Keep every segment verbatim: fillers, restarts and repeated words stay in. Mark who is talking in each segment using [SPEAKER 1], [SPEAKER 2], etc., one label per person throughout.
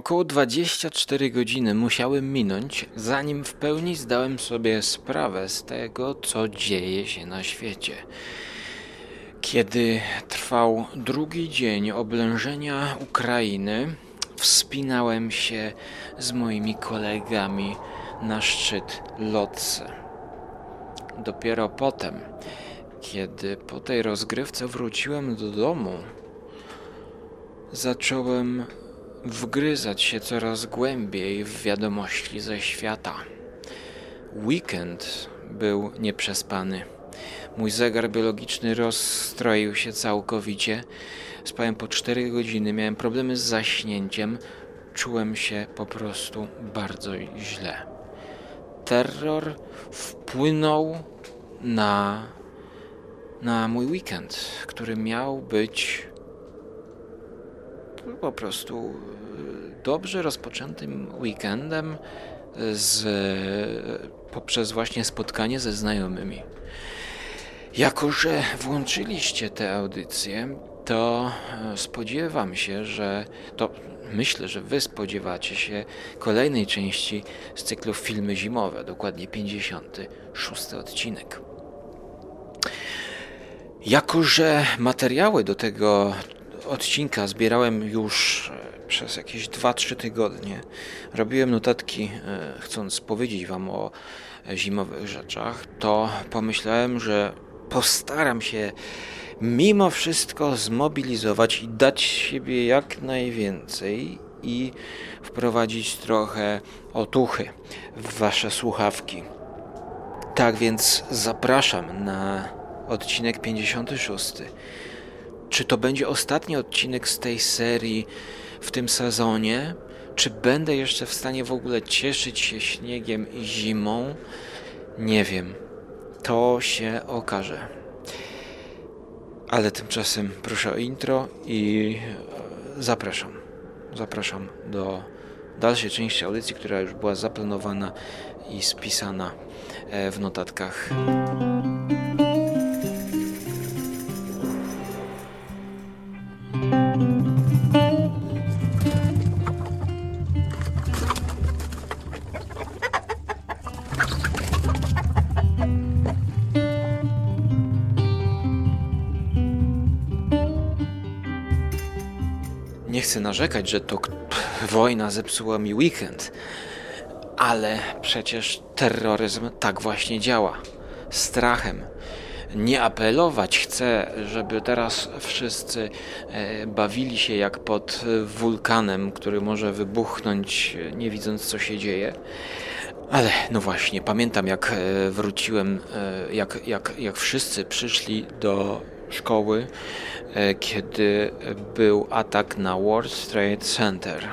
[SPEAKER 1] Około dwadzieścia cztery godziny musiały minąć, zanim w pełni zdałem sobie sprawę z tego, co dzieje się na świecie. Kiedy trwał drugi dzień oblężenia Ukrainy, wspinałem się z moimi kolegami na szczyt Lhotse. Dopiero potem, kiedy po tej rozgrywce wróciłem do domu, zacząłem wgryzać się coraz głębiej w wiadomości ze świata. Weekend był nieprzespany. Mój zegar biologiczny rozstroił się całkowicie. Spałem po cztery godziny, miałem problemy z zaśnięciem. Czułem się po prostu bardzo źle. Terror wpłynął na, na mój weekend, który miał być po prostu dobrze rozpoczętym weekendem z, poprzez właśnie spotkanie ze znajomymi. Jako że włączyliście tę audycję, to spodziewam się, że to myślę, że wy spodziewacie się kolejnej części z cyklu Filmy Zimowe, dokładnie pięćdziesiąty szósty odcinek. Jako że materiały do tego odcinka zbierałem już przez jakieś dwa trzy tygodnie. Robiłem notatki, chcąc powiedzieć wam o zimowych rzeczach, to pomyślałem, że postaram się mimo wszystko zmobilizować i dać siebie jak najwięcej i wprowadzić trochę otuchy w wasze słuchawki. Tak więc zapraszam na odcinek pięćdziesiąty szósty. Czy to będzie ostatni odcinek z tej serii w tym sezonie? Czy będę jeszcze w stanie w ogóle cieszyć się śniegiem i zimą? Nie wiem. To się okaże. Ale tymczasem proszę o intro i zapraszam. Zapraszam do dalszej części audycji, która już była zaplanowana i spisana w notatkach. Nie chcę narzekać, że to wojna zepsuła mi weekend, ale przecież terroryzm tak właśnie działa. Strachem. Nie apelować chcę, żeby teraz wszyscy bawili się jak pod wulkanem, który może wybuchnąć, nie widząc co się dzieje. Ale no właśnie, pamiętam jak wróciłem, jak, jak, jak wszyscy przyszli do szkoły, kiedy był atak na World Trade Center.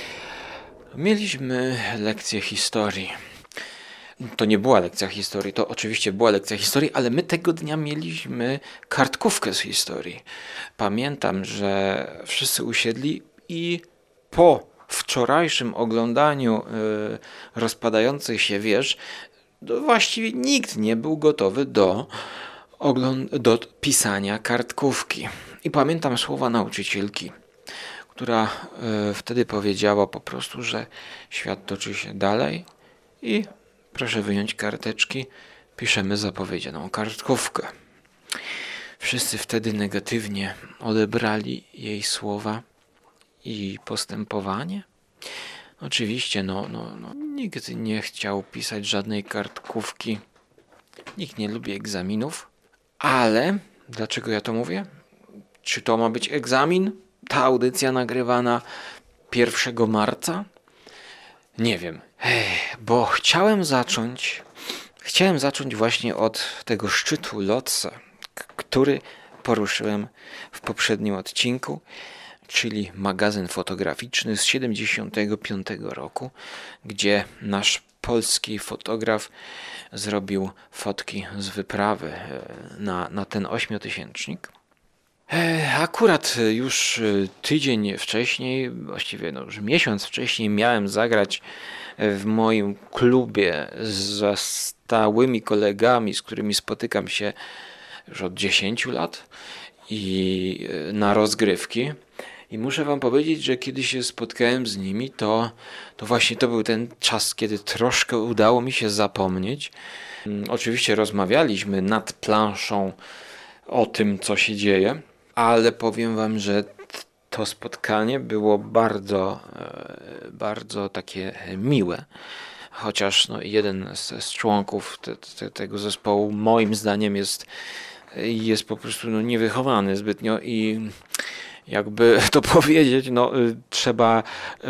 [SPEAKER 1] Mieliśmy lekcję historii. To nie była lekcja historii, to oczywiście była lekcja historii, ale my tego dnia mieliśmy kartkówkę z historii. Pamiętam, że wszyscy usiedli i po wczorajszym oglądaniu y, rozpadających się wież, właściwie nikt nie był gotowy do, ogląd- do pisania kartkówki. I pamiętam słowa nauczycielki, która y, wtedy powiedziała po prostu, że świat toczy się dalej i proszę wyjąć karteczki, piszemy zapowiedzianą kartkówkę. Wszyscy wtedy negatywnie odebrali jej słowa i postępowanie. Oczywiście, no, no, no, nikt nie chciał pisać żadnej kartkówki. Nikt nie lubi egzaminów. Ale, dlaczego ja to mówię? Czy to ma być egzamin? Ta audycja nagrywana pierwszego marca? Nie wiem, Ech, bo chciałem zacząć, chciałem zacząć właśnie od tego szczytu Lhotse, k- który poruszyłem w poprzednim odcinku, czyli magazyn fotograficzny z siedemdziesiątego piątego roku, gdzie nasz polski fotograf zrobił fotki z wyprawy na, na ten ośmiotysięcznik. Akurat już tydzień wcześniej, właściwie no już miesiąc wcześniej miałem zagrać w moim klubie ze stałymi kolegami, z którymi spotykam się już od dziesięciu lat i na rozgrywki. I muszę wam powiedzieć, że kiedy się spotkałem z nimi, to, to właśnie to był ten czas, kiedy troszkę udało mi się zapomnieć. Mm, Oczywiście rozmawialiśmy nad planszą o tym, co się dzieje, ale powiem wam, że t- to spotkanie było bardzo, e, bardzo takie miłe. Chociaż no, jeden z, z członków te, te, tego zespołu moim zdaniem jest, jest po prostu no, niewychowany zbytnio i jakby to powiedzieć, no, y, trzeba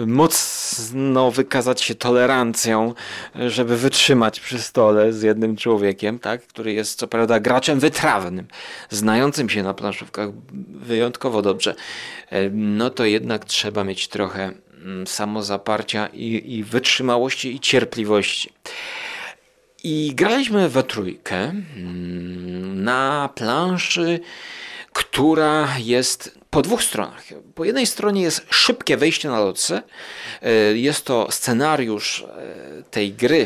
[SPEAKER 1] mocno wykazać się tolerancją, żeby wytrzymać przy stole z jednym człowiekiem, tak, który jest co prawda graczem wytrawnym, znającym się na planszówkach wyjątkowo dobrze. E, No to jednak trzeba mieć trochę mm, samozaparcia i, i wytrzymałości i cierpliwości. I graliśmy we trójkę mm, na planszy, która jest po dwóch stronach. Po jednej stronie jest szybkie wejście na lotce. E, Jest to scenariusz e, tej gry,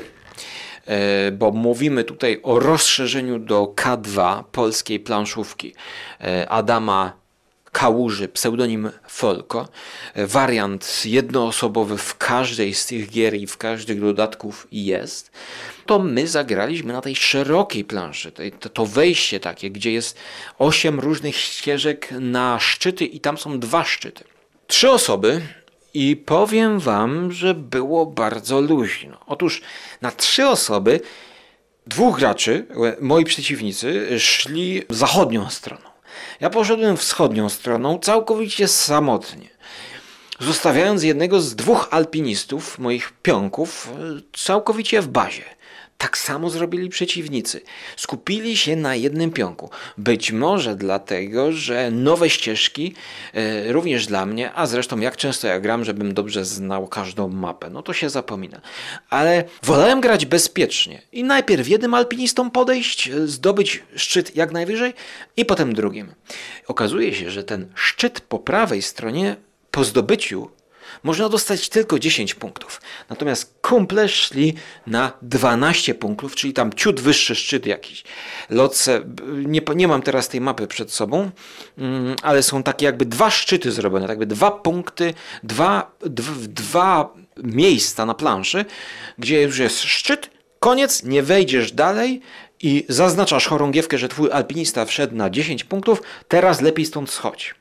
[SPEAKER 1] e, bo mówimy tutaj o rozszerzeniu do K dwa polskiej planszówki e, Adama Kałuży, pseudonim Folko. E, Wariant jednoosobowy w każdej z tych gier i w każdych dodatków jest. To my zagraliśmy na tej szerokiej planszy, tej, to, to wejście takie, gdzie jest osiem różnych ścieżek na szczyty i tam są dwa szczyty. Trzy osoby i powiem wam, że było bardzo luźno. Otóż na trzy osoby dwóch graczy, e, moi przeciwnicy, szli zachodnią stroną. Ja poszedłem wschodnią stroną, całkowicie samotnie. Zostawiając jednego z dwóch alpinistów, moich pionków, e, całkowicie w bazie. Tak samo zrobili przeciwnicy. Skupili się na jednym pionku. Być może dlatego, że nowe ścieżki e, również dla mnie, a zresztą jak często ja gram, żebym dobrze znał każdą mapę, no to się zapomina. Ale wolałem grać bezpiecznie i najpierw jednym alpinistom podejść, e, zdobyć szczyt jak najwyżej i potem drugim. Okazuje się, że ten szczyt po prawej stronie po zdobyciu można dostać tylko dziesięć punktów. Natomiast kumple szli na dwanaście punktów, czyli tam ciut wyższy szczyt jakiś. Lotse, nie, nie mam teraz tej mapy przed sobą, mm, ale są takie jakby dwa szczyty zrobione, tak jakby dwa punkty, dwa, dw, dwa miejsca na planszy, gdzie już jest szczyt, koniec, nie wejdziesz dalej i zaznaczasz chorągiewkę, że twój alpinista wszedł na dziesięć punktów, teraz lepiej stąd schodź.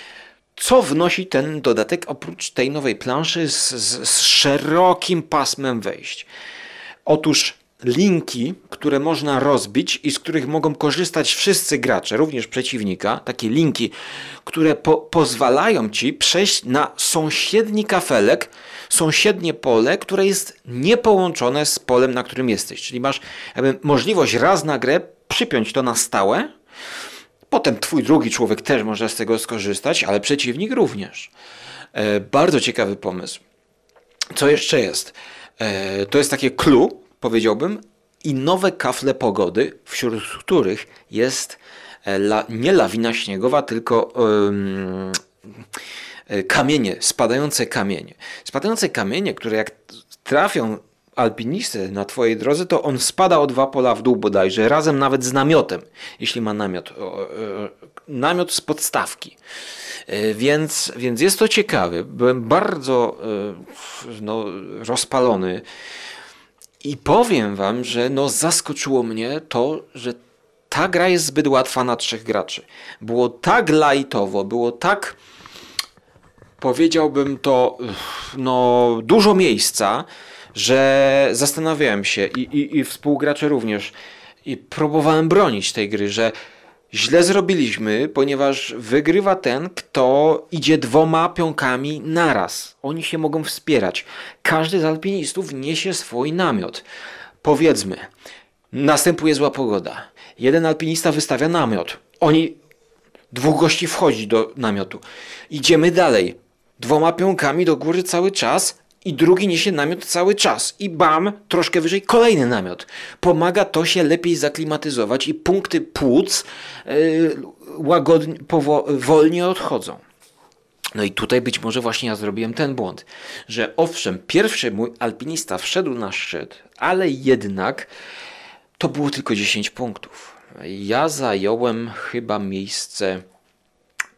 [SPEAKER 1] Co wnosi ten dodatek oprócz tej nowej planszy z, z, z szerokim pasmem wejść? Otóż linki, które można rozbić i z których mogą korzystać wszyscy gracze, również przeciwnika, takie linki, które po, pozwalają ci przejść na sąsiedni kafelek, sąsiednie pole, które jest niepołączone z polem, na którym jesteś. Czyli masz jakby możliwość raz na grę przypiąć to na stałe. Potem twój drugi człowiek też może z tego skorzystać, ale przeciwnik również. E, bardzo ciekawy pomysł. Co jeszcze jest? E, to jest takie clue, powiedziałbym, i nowe kafle pogody, wśród których jest e, la, nie lawina śniegowa, tylko e, kamienie, spadające kamienie. Spadające kamienie, które jak trafią alpinistę na twojej drodze, to on spada o dwa pola w dół bodajże, razem nawet z namiotem, jeśli ma namiot, namiot z podstawki. Więc, więc jest to ciekawe. Byłem bardzo no, rozpalony i powiem wam, że no, zaskoczyło mnie to, że ta gra jest zbyt łatwa na trzech graczy. Było tak lightowo, było tak, powiedziałbym to, no, dużo miejsca, że zastanawiałem się i, i, i współgracze również i próbowałem bronić tej gry, że źle zrobiliśmy, ponieważ wygrywa ten, kto idzie dwoma pionkami naraz. Oni się mogą wspierać. Każdy z alpinistów niesie swój namiot. Powiedzmy, następuje zła pogoda. Jeden alpinista wystawia namiot. Oni, dwóch gości wchodzi do namiotu. Idziemy dalej. Dwoma pionkami do góry cały czas. I drugi niesie namiot cały czas. I bam, troszkę wyżej kolejny namiot. Pomaga to się lepiej zaklimatyzować i punkty płuc yy, łagodnie, powo- wolniej odchodzą. No i tutaj być może właśnie ja zrobiłem ten błąd, że owszem, pierwszy mój alpinista wszedł na szczyt, ale jednak to było tylko dziesięć punktów. Ja zająłem chyba miejsce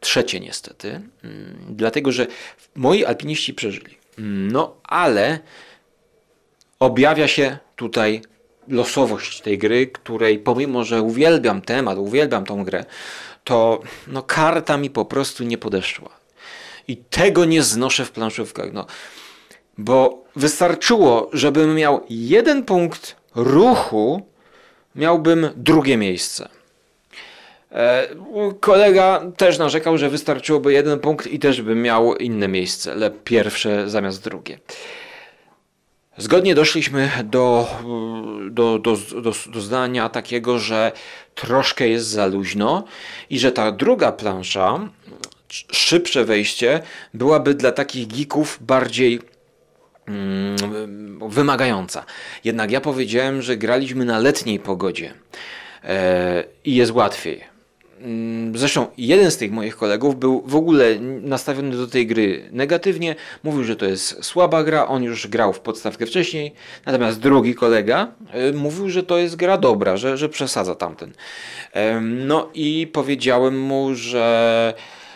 [SPEAKER 1] trzecie niestety, dlatego że moi alpiniści przeżyli. No ale objawia się tutaj losowość tej gry, której pomimo, że uwielbiam temat, uwielbiam tą grę, to no, karta mi po prostu nie podeszła. I tego nie znoszę w planszówkach. No. Bo wystarczyło, żebym miał jeden punkt ruchu, miałbym drugie miejsce. E, kolega też narzekał, że wystarczyłoby jeden punkt i też bym miał inne miejsce, ale pierwsze zamiast drugie. Zgodnie doszliśmy do, do, do, do, do zdania takiego, że troszkę jest za luźno i że ta druga plansza, szybsze wejście, byłaby dla takich geeków bardziej mm, wymagająca. Jednak ja powiedziałem, że graliśmy na letniej pogodzie e, i jest łatwiej. Zresztą jeden z tych moich kolegów był w ogóle nastawiony do tej gry negatywnie. Mówił, że to jest słaba gra, on już grał w podstawkę wcześniej. Natomiast drugi kolega mówił, że to jest gra dobra, że, że przesadza tamten. No i powiedziałem mu, że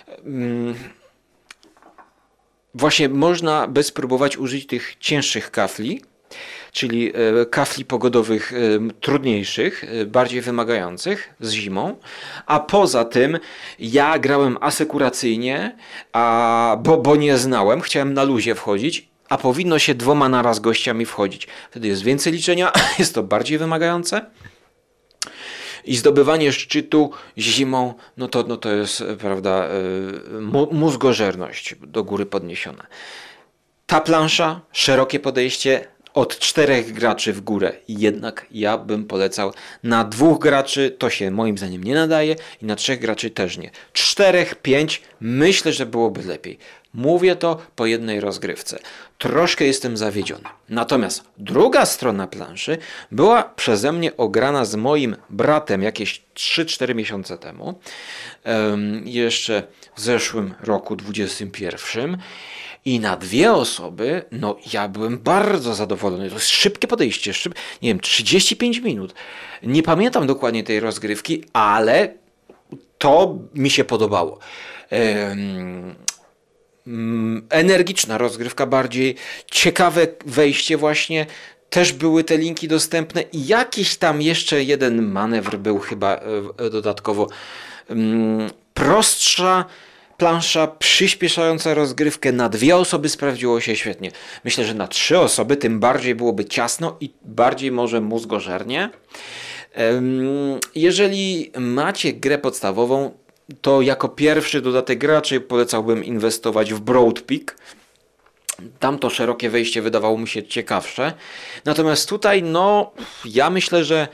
[SPEAKER 1] właśnie można by spróbować użyć tych cięższych kafli, czyli kafli pogodowych trudniejszych, bardziej wymagających z zimą, a poza tym ja grałem asekuracyjnie, a, bo, bo nie znałem, chciałem na luzie wchodzić, a powinno się dwoma naraz gościami wchodzić. Wtedy jest więcej liczenia, jest to bardziej wymagające i zdobywanie szczytu zimą, no to, no to jest, prawda, mózgożerność do góry podniesiona. Ta plansza, szerokie podejście, od czterech graczy w górę. Jednak ja bym polecał na dwóch graczy, to się moim zdaniem nie nadaje i na trzech graczy też nie. Czterech, pięć, myślę, że byłoby lepiej. Mówię to po jednej rozgrywce. Troszkę jestem zawiedziony. Natomiast druga strona planszy była przeze mnie ograna z moim bratem jakieś trzy cztery miesiące temu. Um, jeszcze w zeszłym roku dwudziestym pierwszym. I na dwie osoby, no ja byłem bardzo zadowolony. To jest szybkie podejście, szyb... nie wiem, trzydzieści pięć minut. Nie pamiętam dokładnie tej rozgrywki, ale to mi się podobało. Ehm... Energiczna rozgrywka, bardziej ciekawe wejście właśnie. Też były te linki dostępne i jakiś tam jeszcze jeden manewr był chyba dodatkowo. Prostsza plansza przyspieszająca rozgrywkę na dwie osoby sprawdziło się świetnie. Myślę, że na trzy osoby tym bardziej byłoby ciasno i bardziej może mózgożernie. Jeżeli macie grę podstawową, to jako pierwszy dodatek graczy polecałbym inwestować w Broad Peak. Tamto szerokie wejście wydawało mi się ciekawsze. Natomiast tutaj, no, ja myślę, że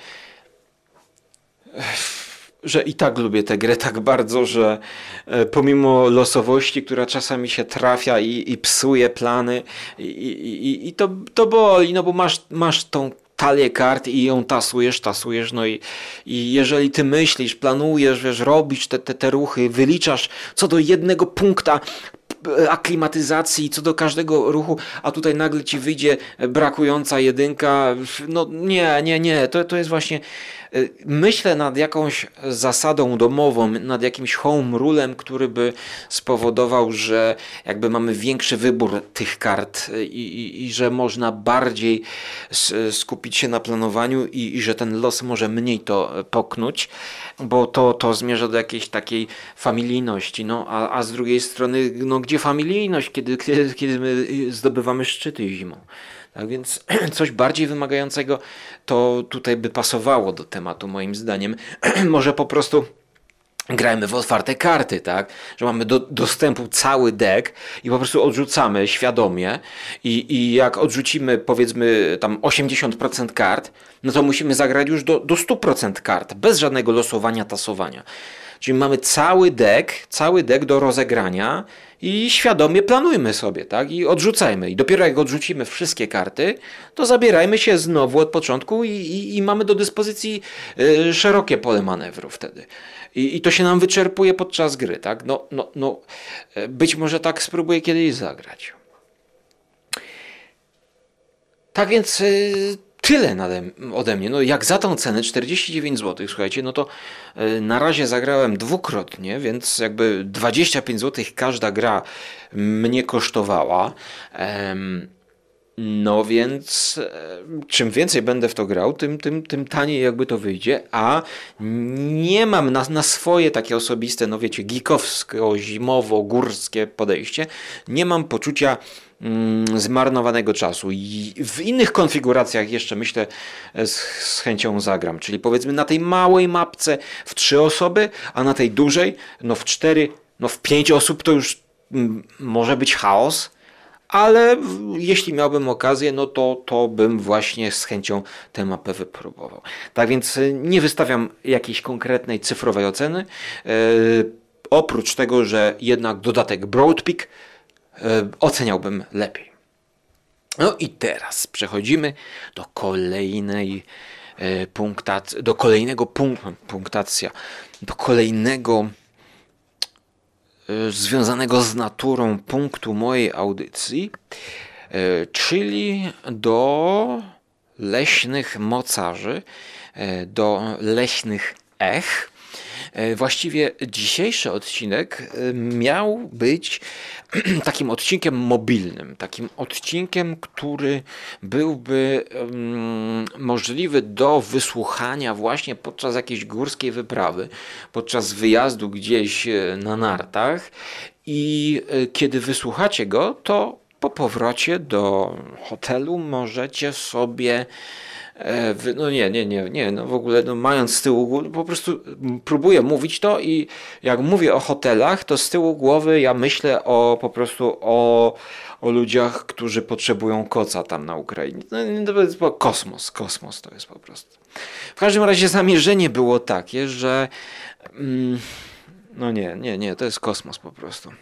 [SPEAKER 1] że i tak lubię tę grę tak bardzo, że pomimo losowości, która czasami się trafia i, i psuje plany i, i, i to, to boli, no bo masz, masz tą talię kart i ją tasujesz, tasujesz, no i, i jeżeli ty myślisz, planujesz, wiesz, robisz te, te, te ruchy, wyliczasz co do jednego punkta aklimatyzacji, co do każdego ruchu, a tutaj nagle ci wyjdzie brakująca jedynka, no nie, nie, nie, to, to jest właśnie, myślę nad jakąś zasadą domową, nad jakimś home rulem, który by spowodował, że jakby mamy większy wybór tych kart i, i, i że można bardziej skupić się na planowaniu i, i że ten los może mniej to poknąć, bo to, to zmierza do jakiejś takiej familijności, no a, a z drugiej strony, no gdzie familijność, kiedy, kiedy, kiedy my zdobywamy szczyty zimą. Tak więc coś bardziej wymagającego to tutaj by pasowało do tematu moim zdaniem. Może po prostu grajmy w otwarte karty, tak? Że mamy do dostępu cały deck i po prostu odrzucamy świadomie i, i jak odrzucimy powiedzmy tam osiemdziesiąt procent kart, no to musimy zagrać już do, do stu procent kart, bez żadnego losowania, tasowania. Czyli mamy cały deck, cały deck do rozegrania i świadomie planujmy sobie, tak? I odrzucajmy. I dopiero jak odrzucimy wszystkie karty, to zabierajmy się znowu od początku i, i, i mamy do dyspozycji y, szerokie pole manewru wtedy. I, I to się nam wyczerpuje podczas gry, tak? No, no, no, być może tak spróbuję kiedyś zagrać. Tak więc y, tyle nade, ode mnie. No jak za tą cenę czterdzieści dziewięć złotych, słuchajcie, no to y, na razie zagrałem dwukrotnie, więc jakby dwadzieścia pięć złotych każda gra mnie kosztowała. Em, no więc e, czym więcej będę w to grał, tym, tym, tym taniej jakby to wyjdzie, a nie mam na, na swoje takie osobiste, no wiecie, geekowsko, zimowo, górskie podejście, nie mam poczucia mm, zmarnowanego czasu. I w innych konfiguracjach jeszcze myślę z, z chęcią zagram, czyli powiedzmy na tej małej mapce w trzy osoby, a na tej dużej, no w cztery, no w pięć osób to już mm, może być chaos. Ale jeśli miałbym okazję, no to, to bym właśnie z chęcią tę mapę wypróbował. Tak więc nie wystawiam jakiejś konkretnej cyfrowej oceny. Yy, oprócz tego, że jednak dodatek Broadpeak yy, oceniałbym lepiej. No i teraz przechodzimy do kolejnej yy, punktacji, do kolejnego punk- punktacja, do kolejnego związanego z naturą punktu mojej audycji, czyli do leśnych mocarzy, do leśnych ech. Właściwie dzisiejszy odcinek miał być takim odcinkiem mobilnym, takim odcinkiem, który byłby um, możliwy do wysłuchania właśnie podczas jakiejś górskiej wyprawy, podczas wyjazdu gdzieś na nartach i kiedy wysłuchacie go, to po powrocie do hotelu możecie sobie no nie, nie, nie, nie, no w ogóle no mając z tyłu głowy, po prostu próbuję mówić to i jak mówię o hotelach, to z tyłu głowy ja myślę o po prostu o, o ludziach, którzy potrzebują koca tam na Ukrainie. No, to jest kosmos, kosmos to jest po prostu. W każdym razie zamierzenie było takie, że mm, no nie, nie, nie, to jest kosmos po prostu.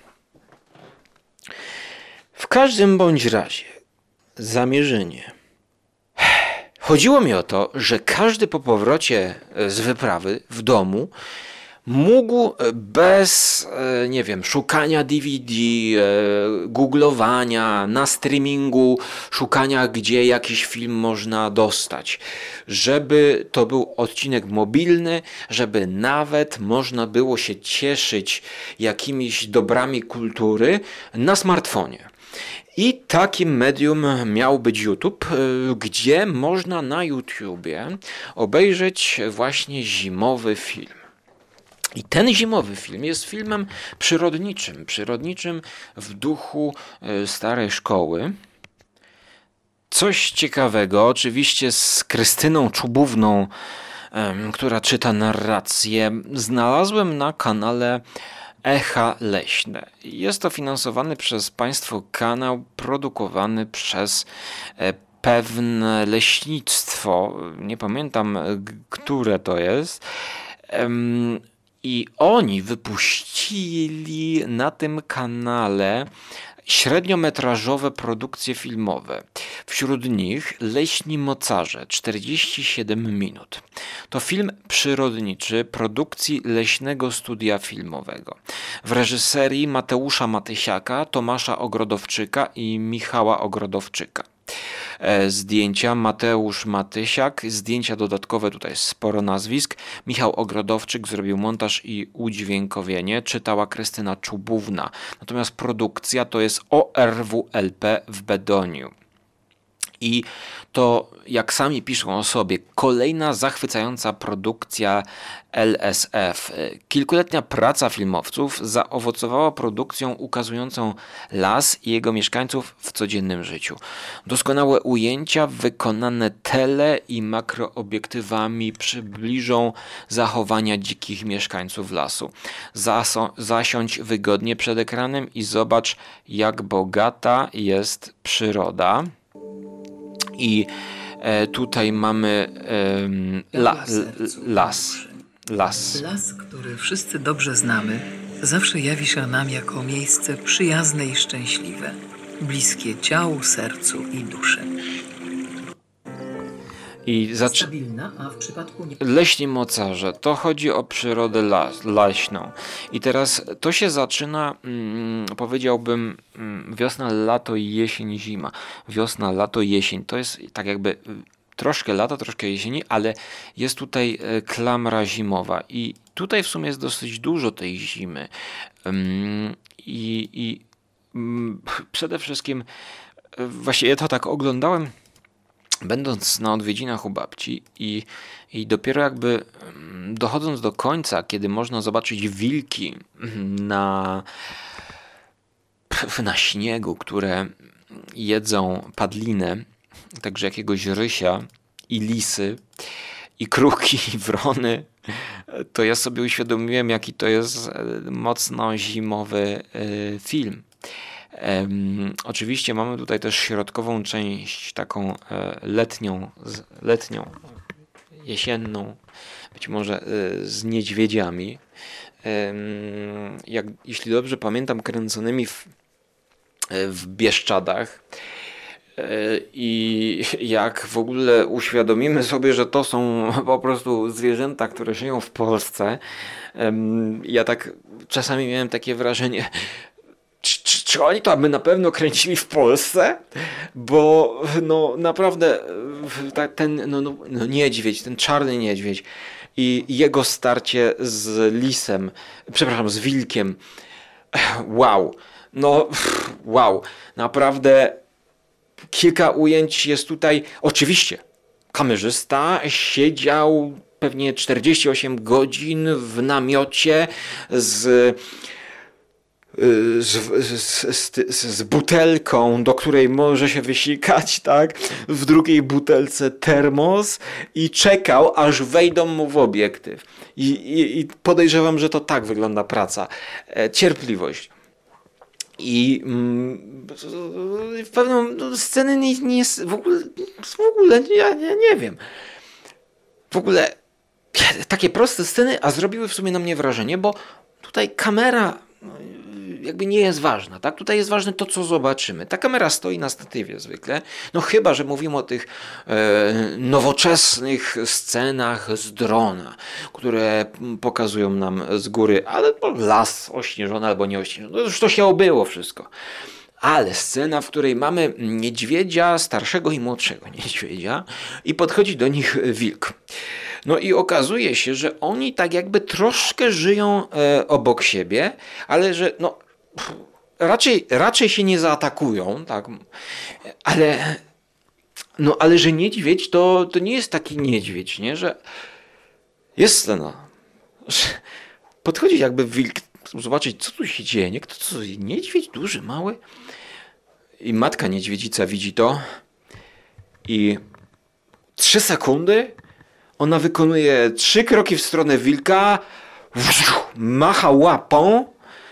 [SPEAKER 1] W każdym bądź razie zamierzenie chodziło mi o to, że każdy po powrocie z wyprawy w domu mógł bez, nie wiem, szukania D V D, googlowania, na streamingu, szukania, gdzie jakiś film można dostać, żeby to był odcinek mobilny, żeby nawet można było się cieszyć jakimiś dobrami kultury na smartfonie. I takim medium miał być YouTube, gdzie można na YouTubie obejrzeć właśnie zimowy film. I ten zimowy film jest filmem przyrodniczym, przyrodniczym w duchu starej szkoły. Coś ciekawego, oczywiście z Krystyną Czubówną, która czyta narrację, znalazłem na kanale Echa Leśne. Jest to finansowany przez państwo kanał, produkowany przez pewne leśnictwo. Nie pamiętam, które to jest. I oni wypuścili na tym kanale średniometrażowe produkcje filmowe. Wśród nich Leśni Mocarze, czterdzieści siedem minut. To film przyrodniczy produkcji Leśnego Studia Filmowego. W reżyserii Mateusza Matysiaka, Tomasza Ogrodowczyka i Michała Ogrodowczyka. Zdjęcia Mateusz Matysiak, zdjęcia dodatkowe, tutaj jest sporo nazwisk. Michał Ogrodowczyk zrobił montaż i udźwiękowienie, czytała Krystyna Czubówna. Natomiast produkcja to jest O R W L P w Bedoniu. I to, jak sami piszą o sobie, kolejna zachwycająca produkcja L S F. Kilkuletnia praca filmowców zaowocowała produkcją ukazującą las i jego mieszkańców w codziennym życiu. Doskonałe ujęcia wykonane tele- i makroobiektywami przybliżą zachowania dzikich mieszkańców lasu. Zaso- zasiądź wygodnie przed ekranem i zobacz, jak bogata jest przyroda. I e, tutaj mamy e, la, las. Las.
[SPEAKER 2] Las, który wszyscy dobrze znamy, zawsze jawi się nam jako miejsce przyjazne i szczęśliwe, bliskie ciału, sercu i duszy.
[SPEAKER 1] I zaczy...
[SPEAKER 2] Stabilna, a w przypadku nie...
[SPEAKER 1] Leśni Mocarze, to chodzi o przyrodę las, leśną. I teraz to się zaczyna, mm, powiedziałbym, mm, wiosna, lato, jesień, zima. Wiosna, lato, jesień. To jest tak jakby troszkę lata, troszkę jesieni, ale jest tutaj e, klamra zimowa i tutaj w sumie jest dosyć dużo tej zimy. Ym, I, i mm, przede wszystkim e, właśnie ja to tak oglądałem będąc na odwiedzinach u babci i, i dopiero jakby mm, dochodząc do końca, kiedy można zobaczyć wilki na, na śniegu, które jedzą padlinę, także jakiegoś rysia i lisy i kruki i wrony, to ja sobie uświadomiłem, jaki to jest mocno zimowy y, film. Um, oczywiście mamy tutaj też środkową część, taką e, letnią, z, letnią, jesienną, być może e, z niedźwiedziami. E, jak, jeśli dobrze pamiętam, kręconymi w, e, w Bieszczadach. E, I jak w ogóle uświadomimy sobie, że to są po prostu zwierzęta, które żyją w Polsce, e, ja tak czasami miałem takie wrażenie, Czy, czy, czy oni to aby na pewno kręcili w Polsce? Bo no naprawdę ta, ten no, no, no, niedźwiedź, ten czarny niedźwiedź i jego starcie z lisem, przepraszam, z wilkiem. Wow. No wow. Naprawdę kilka ujęć jest tutaj. Oczywiście kamerzysta siedział pewnie czterdzieści osiem godzin w namiocie z Z, z, z, z butelką, do której może się wysikać, tak? W drugiej butelce termos i czekał, aż wejdą mu w obiektyw. I, i, i podejrzewam, że to tak wygląda praca. E, cierpliwość. I mm, w pewną no, sceny nie, nie jest w ogóle, w ogóle ja, ja nie wiem. W ogóle takie proste sceny, a zrobiły w sumie na mnie wrażenie, bo tutaj kamera jakby nie jest ważna, tak? Tutaj jest ważne to, co zobaczymy. Ta kamera stoi na statywie zwykle, no chyba, że mówimy o tych e, nowoczesnych scenach z drona, które pokazują nam z góry, ale no, las ośnieżony albo nieośnieżony, no już to się obyło wszystko. Ale scena, w której mamy niedźwiedzia, starszego i młodszego niedźwiedzia i podchodzi do nich wilk. No i okazuje się, że oni tak jakby troszkę żyją e, obok siebie, ale że no raczej, raczej się nie zaatakują, tak? Ale no ale że niedźwiedź to, to nie jest taki niedźwiedź, nie? Że jest scena, że podchodzi jakby wilk, zobaczyć co tu się dzieje, nie? Kto co, niedźwiedź duży, mały? I matka niedźwiedzica widzi to i trzy sekundy ona wykonuje trzy kroki w stronę wilka, macha łapą,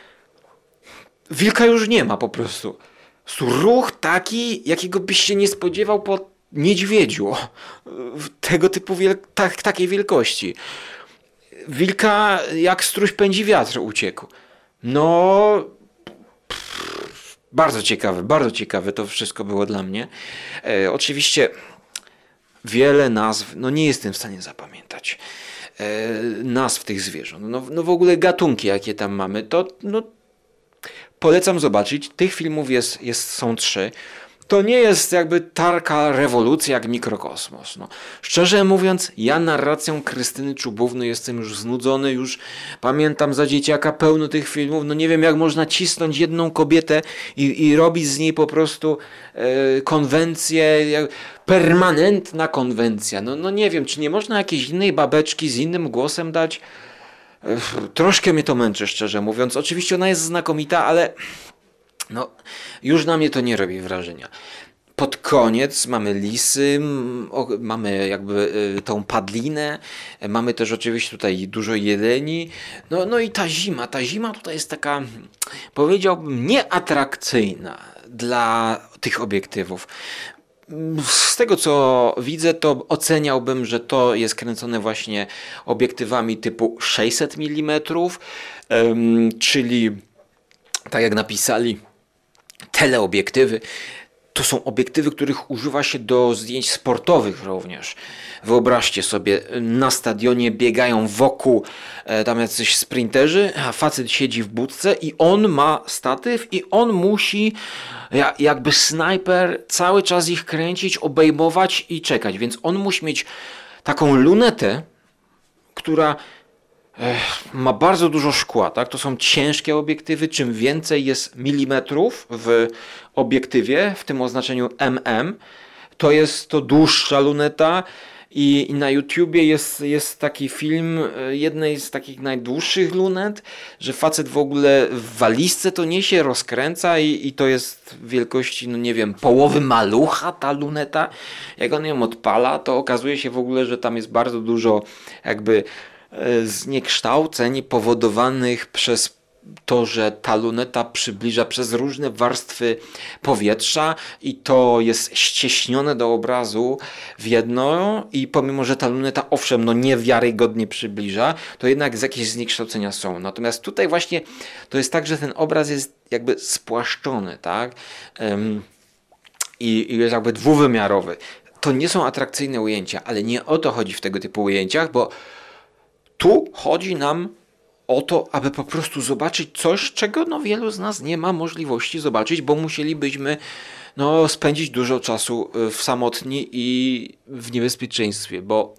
[SPEAKER 1] wilka już nie ma po prostu. Ruch taki, jakiego byś się nie spodziewał po niedźwiedziu. Tego typu wiel- tak, takiej wielkości. Wilka jak struś pędzi wiatr uciekł. No... Bardzo ciekawe, bardzo ciekawe to wszystko było dla mnie. E, oczywiście wiele nazw, no nie jestem w stanie zapamiętać e, nazw tych zwierząt. No, no w ogóle gatunki, jakie tam mamy, to no, polecam zobaczyć. Tych filmów jest, jest, są trzy. To nie jest jakby taka rewolucja jak Mikrokosmos. No. Szczerze mówiąc, ja narracją Krystyny Czubówny jestem już znudzony, już pamiętam za dzieciaka pełno tych filmów, no nie wiem jak można cisnąć jedną kobietę i, i robić z niej po prostu e, konwencję, jak, permanentna konwencja. No, no nie wiem, czy nie można jakiejś innej babeczki z innym głosem dać? E, troszkę mnie to męczy, szczerze mówiąc. Oczywiście ona jest znakomita, ale... No, już na mnie to nie robi wrażenia. Pod koniec mamy lisy, mamy jakby tą padlinę, mamy też oczywiście tutaj dużo jeleni. No, no i ta zima, ta zima tutaj jest taka, powiedziałbym, nieatrakcyjna dla tych obiektywów. Z tego co widzę, to oceniałbym, że to jest kręcone właśnie obiektywami typu sześćset milimetrów, czyli tak jak napisali, teleobiektywy. To są obiektywy, których używa się do zdjęć sportowych również. Wyobraźcie sobie, na stadionie biegają wokół e, tam jacyś sprinterzy, a facet siedzi w budce i on ma statyw i on musi ja, jakby snajper cały czas ich kręcić, obejmować i czekać. Więc on musi mieć taką lunetę, która Ech, ma bardzo dużo szkła, tak? To są ciężkie obiektywy. Czym więcej jest milimetrów w obiektywie, w tym oznaczeniu M M, to jest to dłuższa luneta. I, i na YouTubie jest, jest taki film jednej z takich najdłuższych lunet, że facet w ogóle w walizce to niesie, rozkręca i, i to jest wielkości, no nie wiem, połowy malucha ta luneta. Jak on ją odpala, to okazuje się w ogóle, że tam jest bardzo dużo jakby zniekształceń powodowanych przez to, że ta luneta przybliża przez różne warstwy powietrza i to jest ścieśnione do obrazu w jedno i pomimo, że ta luneta owszem, no niewiarygodnie przybliża, to jednak jakieś zniekształcenia są. Natomiast tutaj właśnie to jest tak, że ten obraz jest jakby spłaszczony, tak? Um, i, i jest jakby dwuwymiarowy. To nie są atrakcyjne ujęcia, ale nie o to chodzi w tego typu ujęciach, bo tu chodzi nam o to, aby po prostu zobaczyć coś, czego no wielu z nas nie ma możliwości zobaczyć, bo musielibyśmy no, spędzić dużo czasu w samotni i w niebezpieczeństwie, bo,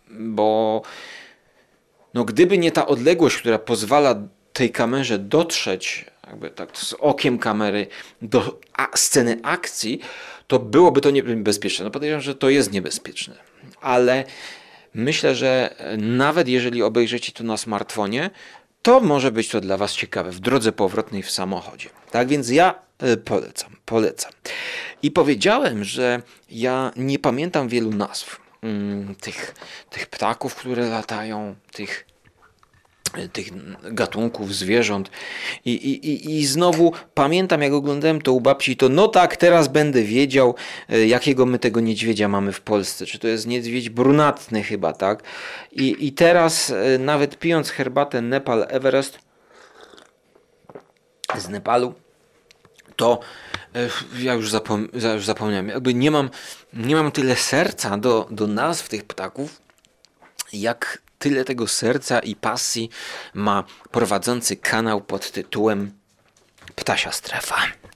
[SPEAKER 1] bo no, gdyby nie ta odległość, która pozwala tej kamerze dotrzeć jakby tak z okiem kamery do a, sceny akcji, to byłoby to niebezpieczne. No podejrzewam, że to jest niebezpieczne, ale myślę, że nawet jeżeli obejrzycie to na smartfonie, to może być to dla Was ciekawe w drodze powrotnej w samochodzie. Tak więc ja polecam, polecam. I powiedziałem, że ja nie pamiętam wielu nazw mm, tych, tych ptaków, które latają, tych tych gatunków zwierząt I, i, i znowu pamiętam, jak oglądałem to u babci, to no tak, teraz będę wiedział, jakiego my tego niedźwiedzia mamy w Polsce, czy to jest niedźwiedź brunatny chyba, tak? I, i teraz nawet pijąc herbatę Nepal Everest z Nepalu, to ja już, zapom- ja już zapomniałem, jakby nie mam, nie mam tyle serca do, do nazw tych ptaków, jak tyle tego serca i pasji ma prowadzący kanał pod tytułem Ptasia Strefa.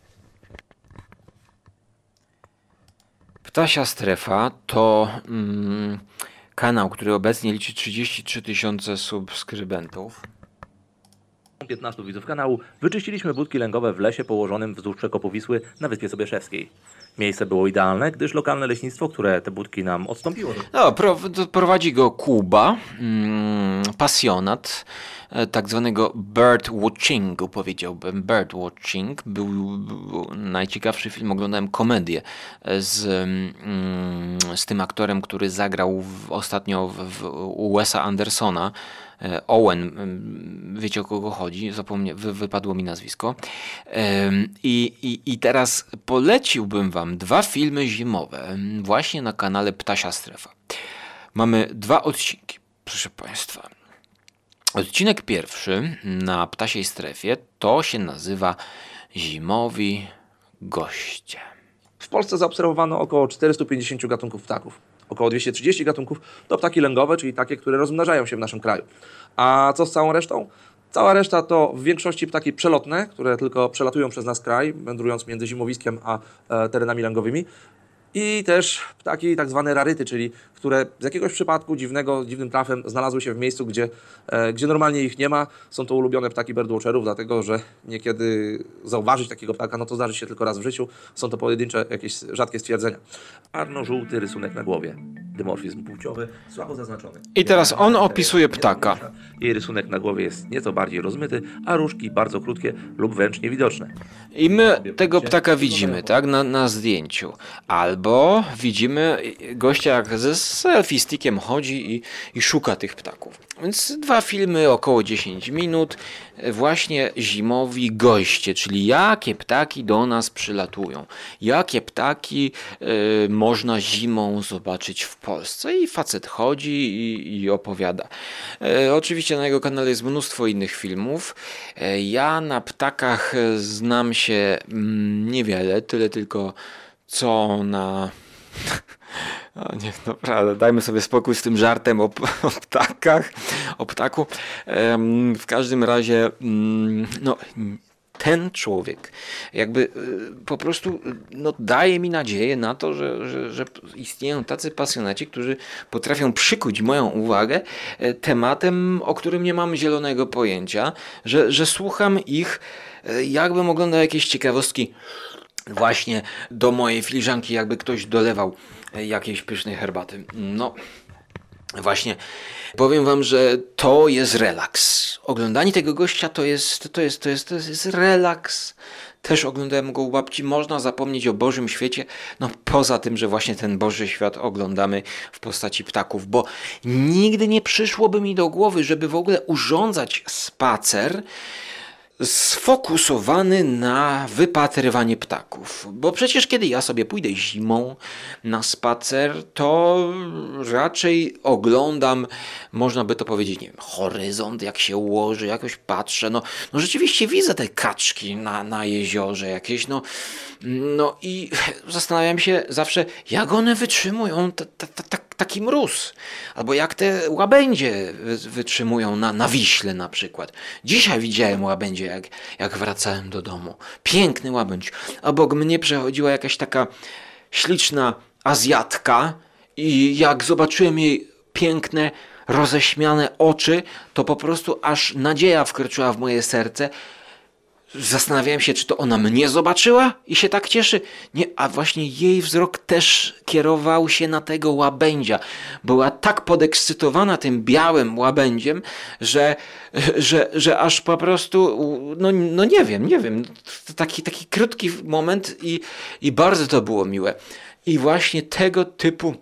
[SPEAKER 1] Ptasia Strefa to mm, kanał, który obecnie liczy trzydzieści trzy tysiące subskrybentów.
[SPEAKER 3] piętnastu widzów kanału wyczyściliśmy budki lęgowe w lesie położonym wzdłuż przekopu Wisły na Wyspie Sobieszewskiej. Miejsce było idealne, gdyż lokalne leśnictwo, które te budki nam odstąpiło.
[SPEAKER 1] No, pro, prowadzi go Kuba, mm, pasjonat e, tak zwanego bird watchingu, powiedziałbym. Bird watching był, był najciekawszy film, oglądałem komedię z, mm, z tym aktorem, który zagrał w, ostatnio w, w, u Wesa Andersona. Owen, wiecie o kogo chodzi, zapomnie, wy, wypadło mi nazwisko. I, i, I teraz poleciłbym wam dwa filmy zimowe właśnie na kanale Ptasia Strefa. Mamy dwa odcinki, proszę państwa. Odcinek pierwszy na Ptasiej Strefie to się nazywa Zimowi Goście.
[SPEAKER 3] W Polsce zaobserwowano około czterysta pięćdziesiąt gatunków ptaków. Około dwieście trzydzieści gatunków to ptaki lęgowe, czyli takie, które rozmnażają się w naszym kraju. A co z całą resztą? Cała reszta to w większości ptaki przelotne, które tylko przelatują przez nasz kraj, wędrując między zimowiskiem a e, terenami lęgowymi. I też ptaki tak zwane raryty, czyli które z jakiegoś przypadku dziwnego, dziwnym trafem znalazły się w miejscu, gdzie, e, gdzie normalnie ich nie ma. Są to ulubione ptaki birdwatcherów, dlatego że niekiedy zauważyć takiego ptaka, no to zdarzy się tylko raz w życiu. Są to pojedyncze, jakieś rzadkie stwierdzenia. Czarno-żółty rysunek na głowie. Dymorfizm płciowy słabo zaznaczony.
[SPEAKER 1] I teraz on opisuje ptaka.
[SPEAKER 3] Jej rysunek na głowie jest nieco bardziej rozmyty, a różki bardzo krótkie lub wręcz niewidoczne.
[SPEAKER 1] I my tego ptaka widzimy, tak, na, na zdjęciu. Albo widzimy gościa, jak ze selfie stickiem chodzi i, i szuka tych ptaków. Więc dwa filmy, około dziesięć minut, właśnie zimowi goście, czyli jakie ptaki do nas przylatują. Jakie ptaki y, można zimą zobaczyć w Polsce. I facet chodzi i, i opowiada. Y, oczywiście na jego kanale jest mnóstwo innych filmów. Y, ja na ptakach znam się mm, niewiele, tyle tylko co na... O nie, naprawdę, dajmy sobie spokój z tym żartem o, o ptakach, o ptaku. Em, w każdym razie, mm, no, ten człowiek jakby y, po prostu no, daje mi nadzieję na to, że, że, że istnieją tacy pasjonaci, którzy potrafią przykuć moją uwagę e, tematem, o którym nie mam zielonego pojęcia, że, że słucham ich, e, jakbym oglądał jakieś ciekawostki właśnie do mojej filiżanki, jakby ktoś dolewał jakiejś pysznej herbaty. No, właśnie powiem wam, że to jest relaks. Oglądanie tego gościa to jest, to jest, to jest, to jest relaks. Też oglądałem go u babci. Można zapomnieć o Bożym świecie, no poza tym, że właśnie ten Boży świat oglądamy w postaci ptaków, bo nigdy nie przyszłoby mi do głowy, żeby w ogóle urządzać spacer sfokusowany na wypatrywanie ptaków. Bo przecież kiedy ja sobie pójdę zimą na spacer, to raczej oglądam, można by to powiedzieć, nie wiem, horyzont, jak się ułoży, jakoś patrzę. No, no rzeczywiście widzę te kaczki na, na jeziorze jakieś, no, no i zastanawiam się zawsze, jak one wytrzymują t- t- t- taki mróz. Albo jak te łabędzie wytrzymują na, na Wiśle na przykład. Dzisiaj widziałem łabędzie, jak, jak wracałem do domu. Piękny łabędź. Obok mnie przechodziła jakaś taka śliczna Azjatka i jak zobaczyłem jej piękne, roześmiane oczy, to po prostu aż nadzieja wkroczyła w moje serce. Zastanawiałem się, czy to ona mnie zobaczyła i się tak cieszy. Nie, a właśnie jej wzrok też kierował się na tego łabędzia. Była tak podekscytowana tym białym łabędziem, że, że, że aż po prostu, no, no nie wiem, nie wiem. Taki, taki krótki moment i, i bardzo to było miłe. I właśnie tego typu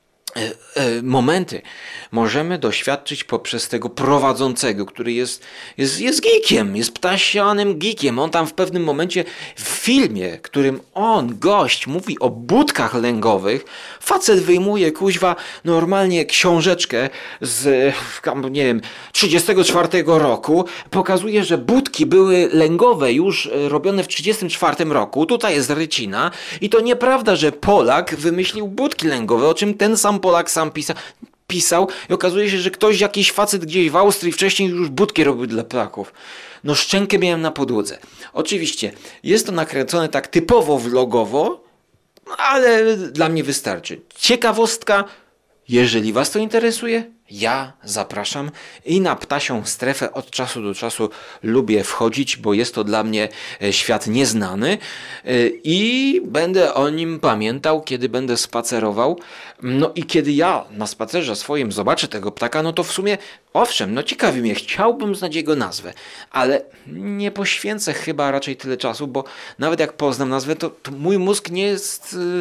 [SPEAKER 1] momenty możemy doświadczyć poprzez tego prowadzącego, który jest, jest, jest geekiem, jest ptasianym geekiem. On tam w pewnym momencie w filmie, którym on, gość, mówi o budkach lęgowych, facet wyjmuje kuźwa normalnie książeczkę z, nie wiem, trzydziestego czwartego roku, pokazuje, że budki były lęgowe już robione w trzydziestym czwartym roku, tutaj jest rycina i to nieprawda, że Polak wymyślił budki lęgowe, o czym ten sam Polak sam pisa, pisał i okazuje się, że ktoś, jakiś facet gdzieś w Austrii wcześniej już budki robił dla ptaków. No szczękę miałem na podłodze. Oczywiście jest to nakręcone tak typowo vlogowo, ale dla mnie wystarczy. Ciekawostka, jeżeli was to interesuje, ja zapraszam i na ptasią strefę od czasu do czasu lubię wchodzić, bo jest to dla mnie świat nieznany i będę o nim pamiętał, kiedy będę spacerował. No i kiedy ja na spacerze swoim zobaczę tego ptaka, no to w sumie owszem, no ciekawi mnie, chciałbym znać jego nazwę, ale nie poświęcę chyba raczej tyle czasu, bo nawet jak poznam nazwę, to, to mój mózg nie jest... Yy...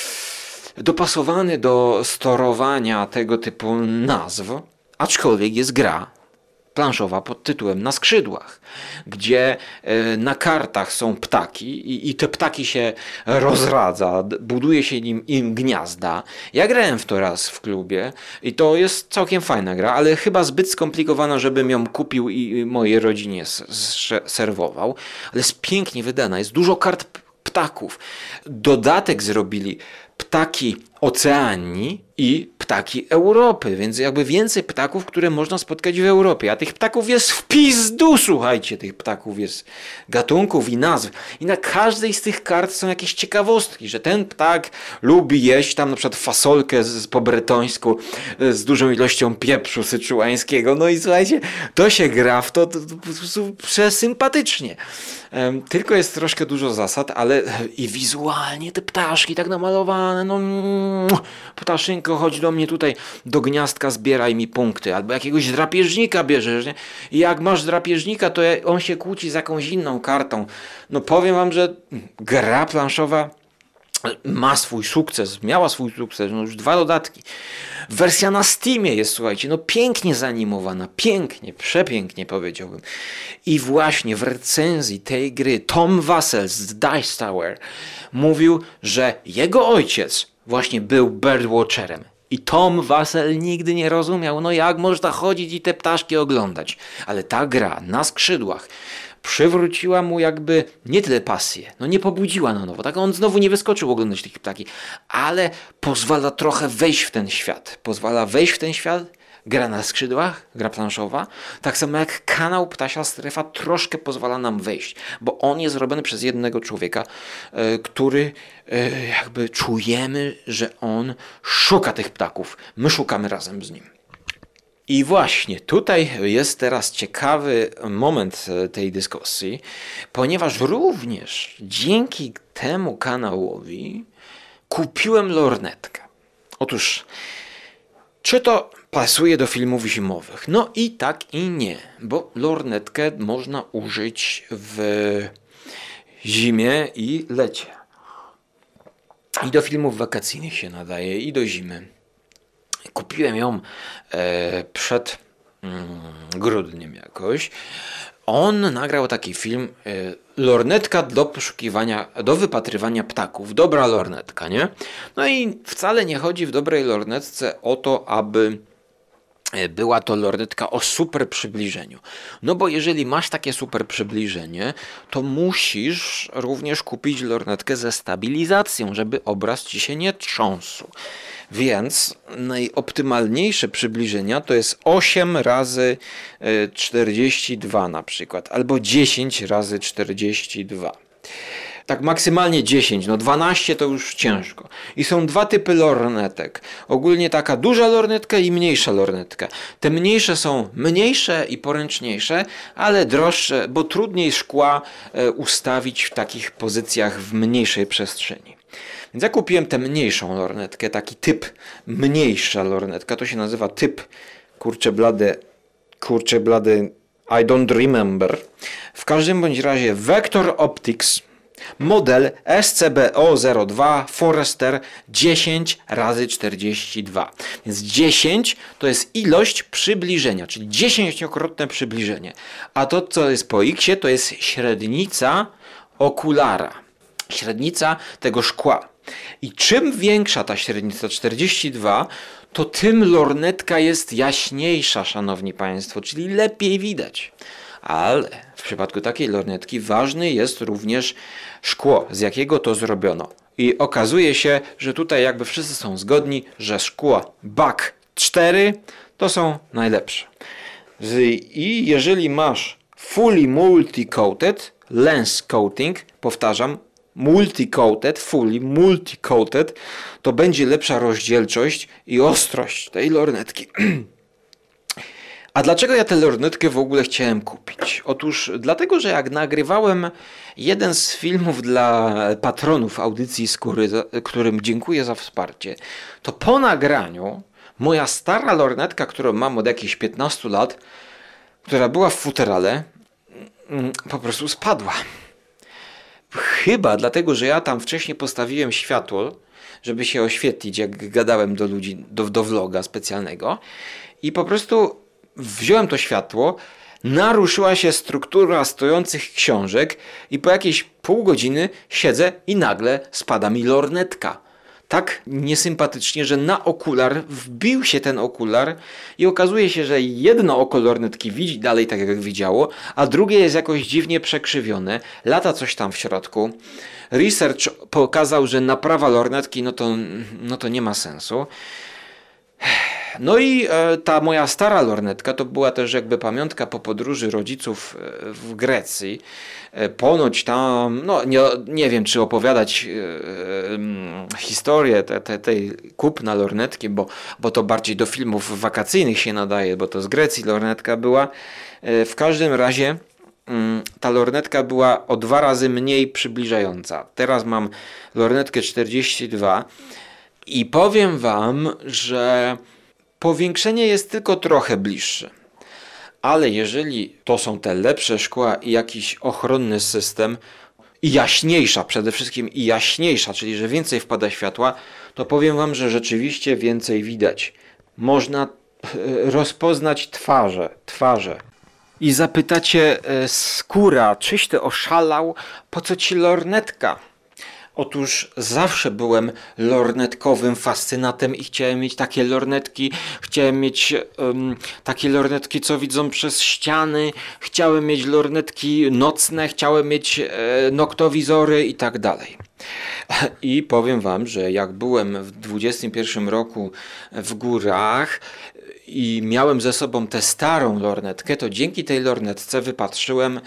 [SPEAKER 1] dopasowany do sterowania tego typu nazw, aczkolwiek jest gra planszowa pod tytułem Na skrzydłach, gdzie na kartach są ptaki i, i te ptaki się rozradza, buduje się im, im gniazda. Ja grałem w to raz w klubie i to jest całkiem fajna gra, ale chyba zbyt skomplikowana, żebym ją kupił i mojej rodzinie serwował, ale jest pięknie wydana, jest dużo kart ptaków. Dodatek zrobili ptaki Oceanii i ptaki Europy, więc jakby więcej ptaków, które można spotkać w Europie, a tych ptaków jest w pizdu, słuchajcie, tych ptaków jest gatunków i nazw i na każdej z tych kart są jakieś ciekawostki, że ten ptak lubi jeść tam na przykład fasolkę z, po bretońsku z dużą ilością pieprzu syczuańskiego, no i słuchajcie, to się gra w to, to, to po prostu przesympatycznie. Um, tylko jest troszkę dużo zasad, ale i wizualnie te ptaszki tak namalowane, no ptaszynko, chodź do mnie tutaj do gniazdka, zbieraj mi punkty, albo jakiegoś drapieżnika bierzesz, nie? I jak masz drapieżnika, to on się kłóci z jakąś inną kartą. No powiem wam, że gra planszowa ma swój sukces, miała swój sukces, no już dwa dodatki. Wersja na Steamie jest, słuchajcie, no pięknie zanimowana, pięknie, przepięknie powiedziałbym. I właśnie w recenzji tej gry Tom Wassel z Dice Tower mówił, że jego ojciec właśnie był birdwatcherem. I Tom Wassel nigdy nie rozumiał, no jak można chodzić i te ptaszki oglądać. Ale ta gra Na skrzydłach przywróciła mu jakby nie tyle pasję, no nie pobudziła na nowo, tak on znowu nie wyskoczył oglądać tych ptaki, ale pozwala trochę wejść w ten świat, pozwala wejść w ten świat, gra na skrzydłach, gra planszowa, tak samo jak kanał Ptasia Strefa troszkę pozwala nam wejść, bo on jest robiony przez jednego człowieka, e, który e, jakby czujemy, że on szuka tych ptaków, my szukamy razem z nim. I właśnie tutaj jest teraz ciekawy moment tej dyskusji, ponieważ również dzięki temu kanałowi kupiłem lornetkę. Otóż, czy to pasuje do filmów zimowych? No i tak i nie, bo lornetkę można użyć w zimie i lecie. I do filmów wakacyjnych się nadaje, i do zimy. Kupiłem ją e, przed mm, grudniem jakoś. On nagrał taki film e, lornetka do poszukiwania, do wypatrywania ptaków. Dobra lornetka, nie? No i wcale nie chodzi w dobrej lornetce o to, aby była to lornetka o super przybliżeniu. No bo jeżeli masz takie super przybliżenie, to musisz również kupić lornetkę ze stabilizacją, żeby obraz ci się nie trząsł. Więc najoptymalniejsze przybliżenia to jest osiem razy czterdzieści dwa na przykład, albo dziesięć razy czterdzieści dwa. Tak maksymalnie dziesięć, no dwanaście to już ciężko. I są dwa typy lornetek. Ogólnie taka duża lornetka i mniejsza lornetka. Te mniejsze są mniejsze i poręczniejsze, ale droższe, bo trudniej szkła ustawić w takich pozycjach w mniejszej przestrzeni. Więc ja kupiłem tę mniejszą lornetkę, taki typ mniejsza lornetka, to się nazywa typ, kurczę blady, kurczę blady, I don't remember. W każdym bądź razie Vector Optics, model S C B O zero dwa Forester dziesięć razy czterdzieści dwa. Więc dziesięć to jest ilość przybliżenia, czyli dziesięciokrotne przybliżenie. A to, co jest po X, to jest średnica okulara. Średnica tego szkła. I czym większa ta średnica czterdzieści dwa, to tym lornetka jest jaśniejsza, szanowni państwo, czyli lepiej widać. Ale w przypadku takiej lornetki ważny jest również szkło, z jakiego to zrobiono. I okazuje się, że tutaj jakby wszyscy są zgodni, że szkła B A K cztery to są najlepsze. I jeżeli masz fully multi-coated, lens coating, powtarzam, multi-coated, fully multi-coated, to będzie lepsza rozdzielczość i ostrość tej lornetki. A dlaczego ja tę lornetkę w ogóle chciałem kupić? Otóż dlatego, że jak nagrywałem jeden z filmów dla patronów audycji Skóry, którym dziękuję za wsparcie, to po nagraniu moja stara lornetka, którą mam od jakichś piętnastu lat, która była w futerale, po prostu spadła. Chyba dlatego, że ja tam wcześniej postawiłem światło, żeby się oświetlić, jak gadałem do ludzi, do, do vloga specjalnego, i po prostu wziąłem to światło, naruszyła się struktura stojących książek i po jakieś pół godziny siedzę i nagle spada mi lornetka. Tak niesympatycznie, że na okular wbił się ten okular i okazuje się, że jedno oko lornetki widzi dalej tak jak widziało, a drugie jest jakoś dziwnie przekrzywione, lata coś tam w środku. Research pokazał, że naprawa lornetki no to, no to nie ma sensu. No i e, ta moja stara lornetka to była też jakby pamiątka po podróży rodziców w Grecji. E, ponoć tam, no nie, nie wiem czy opowiadać e, e, historię te, te, tej kupna lornetki, bo, bo to bardziej do filmów wakacyjnych się nadaje, bo to z Grecji lornetka była. E, w każdym razie mm, ta lornetka była o dwa razy mniej przybliżająca. Teraz mam lornetkę czterdzieści dwa i powiem wam, że powiększenie jest tylko trochę bliższe, ale jeżeli to są te lepsze szkła i jakiś ochronny system i jaśniejsza, przede wszystkim i jaśniejsza, czyli że więcej wpada światła, to powiem wam, że rzeczywiście więcej widać. Można rozpoznać twarze, twarze. I zapytacie, Skóra, czyś ty oszalał, po co ci lornetka? Otóż zawsze byłem lornetkowym fascynatem i chciałem mieć takie lornetki, chciałem mieć um, takie lornetki, co widzą przez ściany, chciałem mieć lornetki nocne, chciałem mieć e, noktowizory i tak dalej. I powiem wam, że jak byłem w dwudziestym pierwszym roku w górach i miałem ze sobą tę starą lornetkę, to dzięki tej lornetce wypatrzyłem,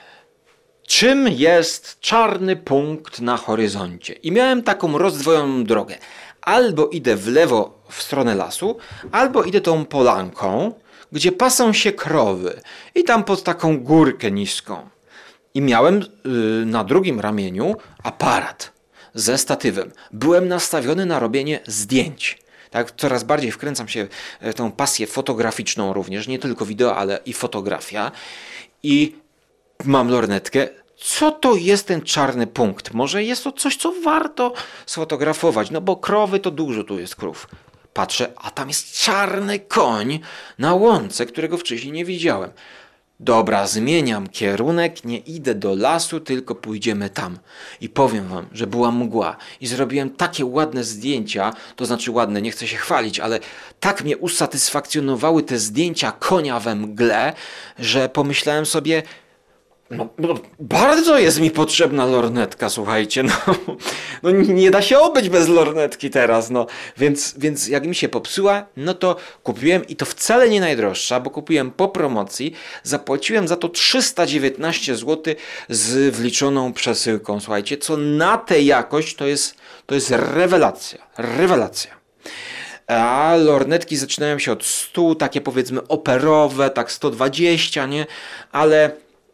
[SPEAKER 1] czym jest czarny punkt na horyzoncie. I miałem taką rozdwojoną drogę. Albo idę w lewo w stronę lasu, albo idę tą polanką, gdzie pasą się krowy. I tam pod taką górkę niską. I miałem yy, na drugim ramieniu aparat ze statywem. Byłem nastawiony na robienie zdjęć. Tak, coraz bardziej wkręcam się w tą pasję fotograficzną również, nie tylko wideo, ale i fotografia. I mam lornetkę. Co to jest ten czarny punkt? Może jest to coś, co warto sfotografować, no bo krowy to dużo tu jest krów. Patrzę, a tam jest czarny koń na łące, którego wcześniej nie widziałem. Dobra, zmieniam kierunek, nie idę do lasu, tylko pójdziemy tam. I powiem wam, że była mgła i zrobiłem takie ładne zdjęcia, to znaczy ładne, nie chcę się chwalić, ale tak mnie usatysfakcjonowały te zdjęcia konia we mgle, że pomyślałem sobie, no, no bardzo jest mi potrzebna lornetka, słuchajcie, no, no nie da się obyć bez lornetki teraz, no, więc, więc jak mi się popsuła, no to kupiłem i to wcale nie najdroższa, bo kupiłem po promocji, zapłaciłem za to trzysta dziewiętnaście złotych z wliczoną przesyłką, słuchajcie, co na tę jakość to jest, to jest rewelacja, rewelacja. A lornetki zaczynają się od stu, takie powiedzmy operowe, tak sto dwadzieścia, nie, ale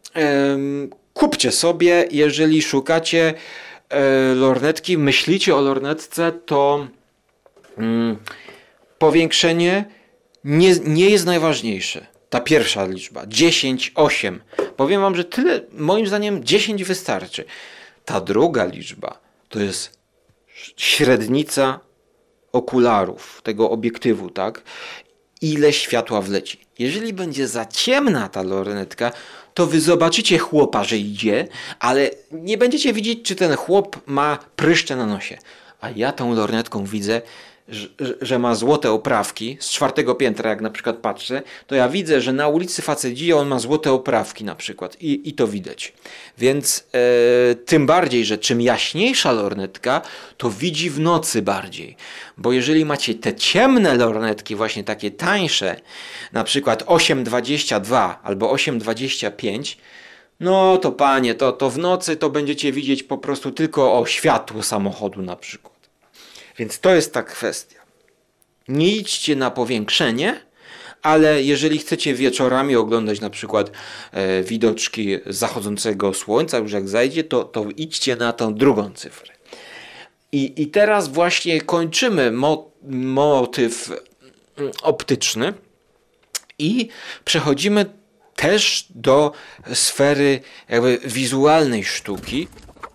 [SPEAKER 1] kupcie sobie, jeżeli szukacie e, lornetki, myślicie o lornetce, to mm, powiększenie nie, nie jest najważniejsze. Ta pierwsza liczba, dziesięć, osiem. Powiem wam, że tyle, moim zdaniem dziesięć wystarczy. Ta druga liczba to jest średnica okularów, tego obiektywu, tak? Ile światła wleci. Jeżeli będzie za ciemna ta lornetka, to wy zobaczycie chłopa, że idzie, ale nie będziecie widzieć, czy ten chłop ma pryszcze na nosie. A ja tą lornetką widzę, że, że ma złote oprawki. Z czwartego piętra, jak na przykład patrzę, to ja widzę, że na ulicy facet idzie, on ma złote oprawki na przykład. I, i to widać. Więc e, tym bardziej, że czym jaśniejsza lornetka, to widzi w nocy bardziej. Bo jeżeli macie te ciemne lornetki, właśnie takie tańsze, na przykład osiem dwadzieścia dwa albo osiem dwadzieścia pięć, no to panie, to, to w nocy to będziecie widzieć po prostu tylko o światło samochodu na przykład. Więc to jest ta kwestia. Nie idźcie na powiększenie, ale jeżeli chcecie wieczorami oglądać na przykład e, widoczki zachodzącego słońca, już jak zajdzie, to, to idźcie na tą drugą cyfrę. I, i teraz właśnie kończymy mo, motyw optyczny i przechodzimy też do sfery jakby wizualnej sztuki.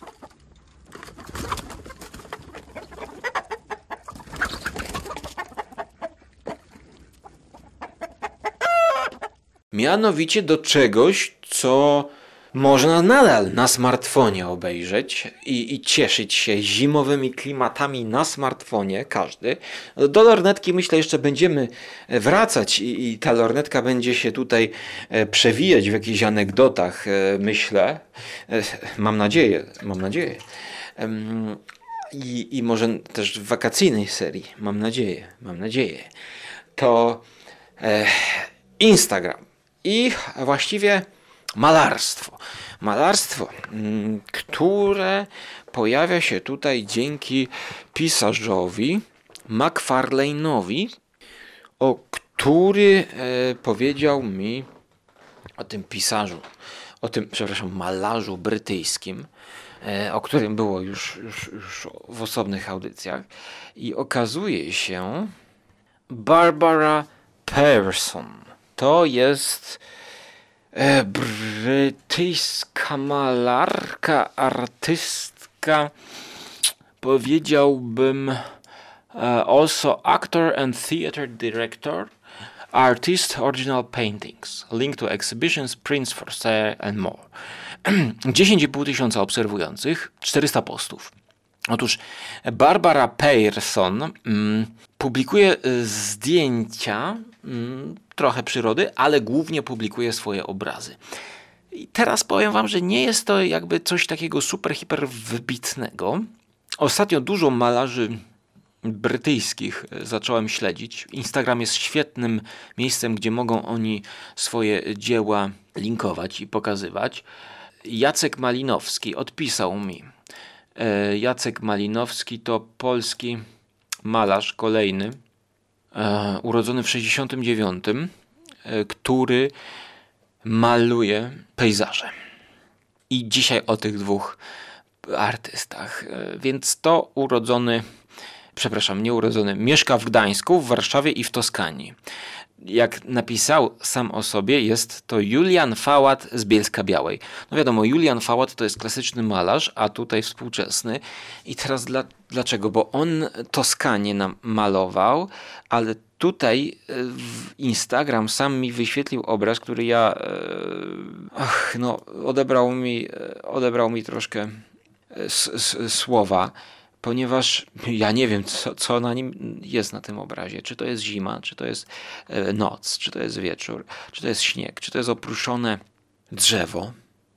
[SPEAKER 1] Mianowicie do czegoś, co można nadal na smartfonie obejrzeć i, i cieszyć się zimowymi klimatami na smartfonie, każdy. Do lornetki myślę jeszcze będziemy wracać i, i ta lornetka będzie się tutaj przewijać w jakichś anegdotach, myślę. Mam nadzieję, mam nadzieję. I, i może też w wakacyjnej serii, mam nadzieję, mam nadzieję. To e, Instagram i właściwie malarstwo. Malarstwo, które pojawia się tutaj dzięki pisarzowi McFarlane'owi, o który e, powiedział mi o tym pisarzu, o tym, przepraszam, malarzu brytyjskim, e, o którym było już, już, już w osobnych audycjach. I okazuje się, Barbara Pearson to jest e, brytyjska malarka, artystka, powiedziałbym uh, also actor and theater director, artist, original paintings, link to exhibitions, prints for sale and more. dziesięć i pół tysiąca obserwujących, czterysta postów. Otóż Barbara Pearson mm, publikuje zdjęcia, mm, trochę przyrody, ale głównie publikuje swoje obrazy. I teraz powiem wam, że nie jest to jakby coś takiego super, hiper wybitnego. Ostatnio dużo malarzy brytyjskich zacząłem śledzić. Instagram jest świetnym miejscem, gdzie mogą oni swoje dzieła linkować i pokazywać. Jacek Malinowski odpisał mi. Jacek Malinowski to polski malarz, kolejny, urodzony w sześćdziesiątym dziewiątym, który maluje pejzaże. I dzisiaj o tych dwóch artystach. Więc to urodzony, przepraszam, nie urodzony, mieszka w Gdańsku, w Warszawie i w Toskanii. Jak napisał sam o sobie, jest to Julian Fałat z Bielska-Białej. No wiadomo, Julian Fałat to jest klasyczny malarz, a tutaj współczesny. I teraz dla, dlaczego? Bo on Toskanię nam malował, ale tutaj w Instagram sam mi wyświetlił obraz, który ja ach, no, odebrał mi, odebrał mi troszkę s, s, słowa. Ponieważ ja nie wiem, co, co na nim jest na tym obrazie. Czy to jest zima, czy to jest noc, czy to jest wieczór, czy to jest śnieg, czy to jest oprószone drzewo.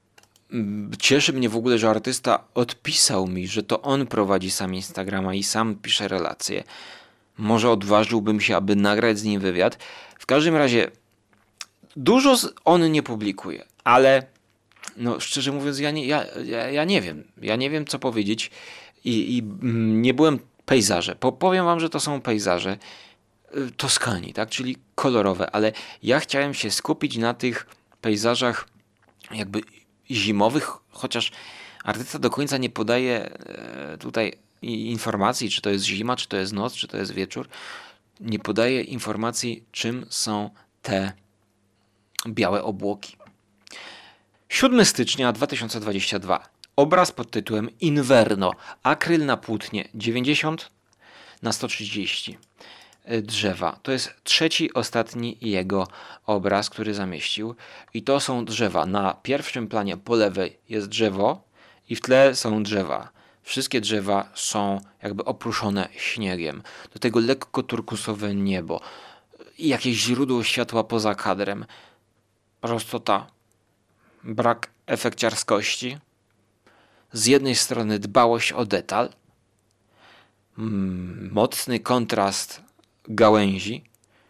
[SPEAKER 1] Cieszy mnie w ogóle, że artysta odpisał mi, że to on prowadzi sam Instagrama i sam pisze relacje. Może odważyłbym się, aby nagrać z nim wywiad. W każdym razie dużo on nie publikuje, ale no szczerze mówiąc ja nie, ja, ja, ja nie wiem. Ja nie wiem, co powiedzieć. I, i nie byłem pejzaże. Powiem wam, że to są pejzaże Toskanii, tak? Czyli kolorowe, ale ja chciałem się skupić na tych pejzażach jakby zimowych, chociaż artysta do końca nie podaje tutaj informacji, czy to jest zima, czy to jest noc, czy to jest wieczór. Nie podaje informacji, czym są te białe obłoki. siódmego stycznia dwa tysiące dwudziestego drugiego. Obraz pod tytułem Inverno. Akryl na płótnie dziewięćdziesiąt na sto trzydzieści drzewa. To jest trzeci, ostatni jego obraz, który zamieścił. I to są drzewa. Na pierwszym planie po lewej jest drzewo i w tle są drzewa. Wszystkie drzewa są jakby oprószone śniegiem. Do tego lekko turkusowe niebo. I jakieś źródło światła poza kadrem. Prostota. Brak efekciarskości. Z jednej strony dbałość o detal, mocny kontrast gałęzi,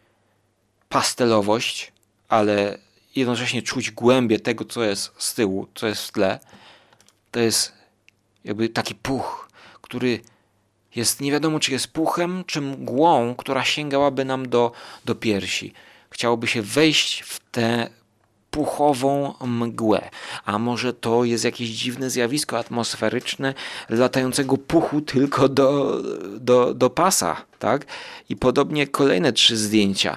[SPEAKER 1] pastelowość, ale jednocześnie czuć głębię tego, co jest z tyłu, co jest w tle. To jest jakby taki puch, który jest nie wiadomo, czy jest puchem, czy mgłą, która sięgałaby nam do, do piersi. Chciałoby się wejść w tę puchową mgłę. A może to jest jakieś dziwne zjawisko atmosferyczne latającego puchu tylko do, do, do pasa, tak? I podobnie kolejne trzy zdjęcia.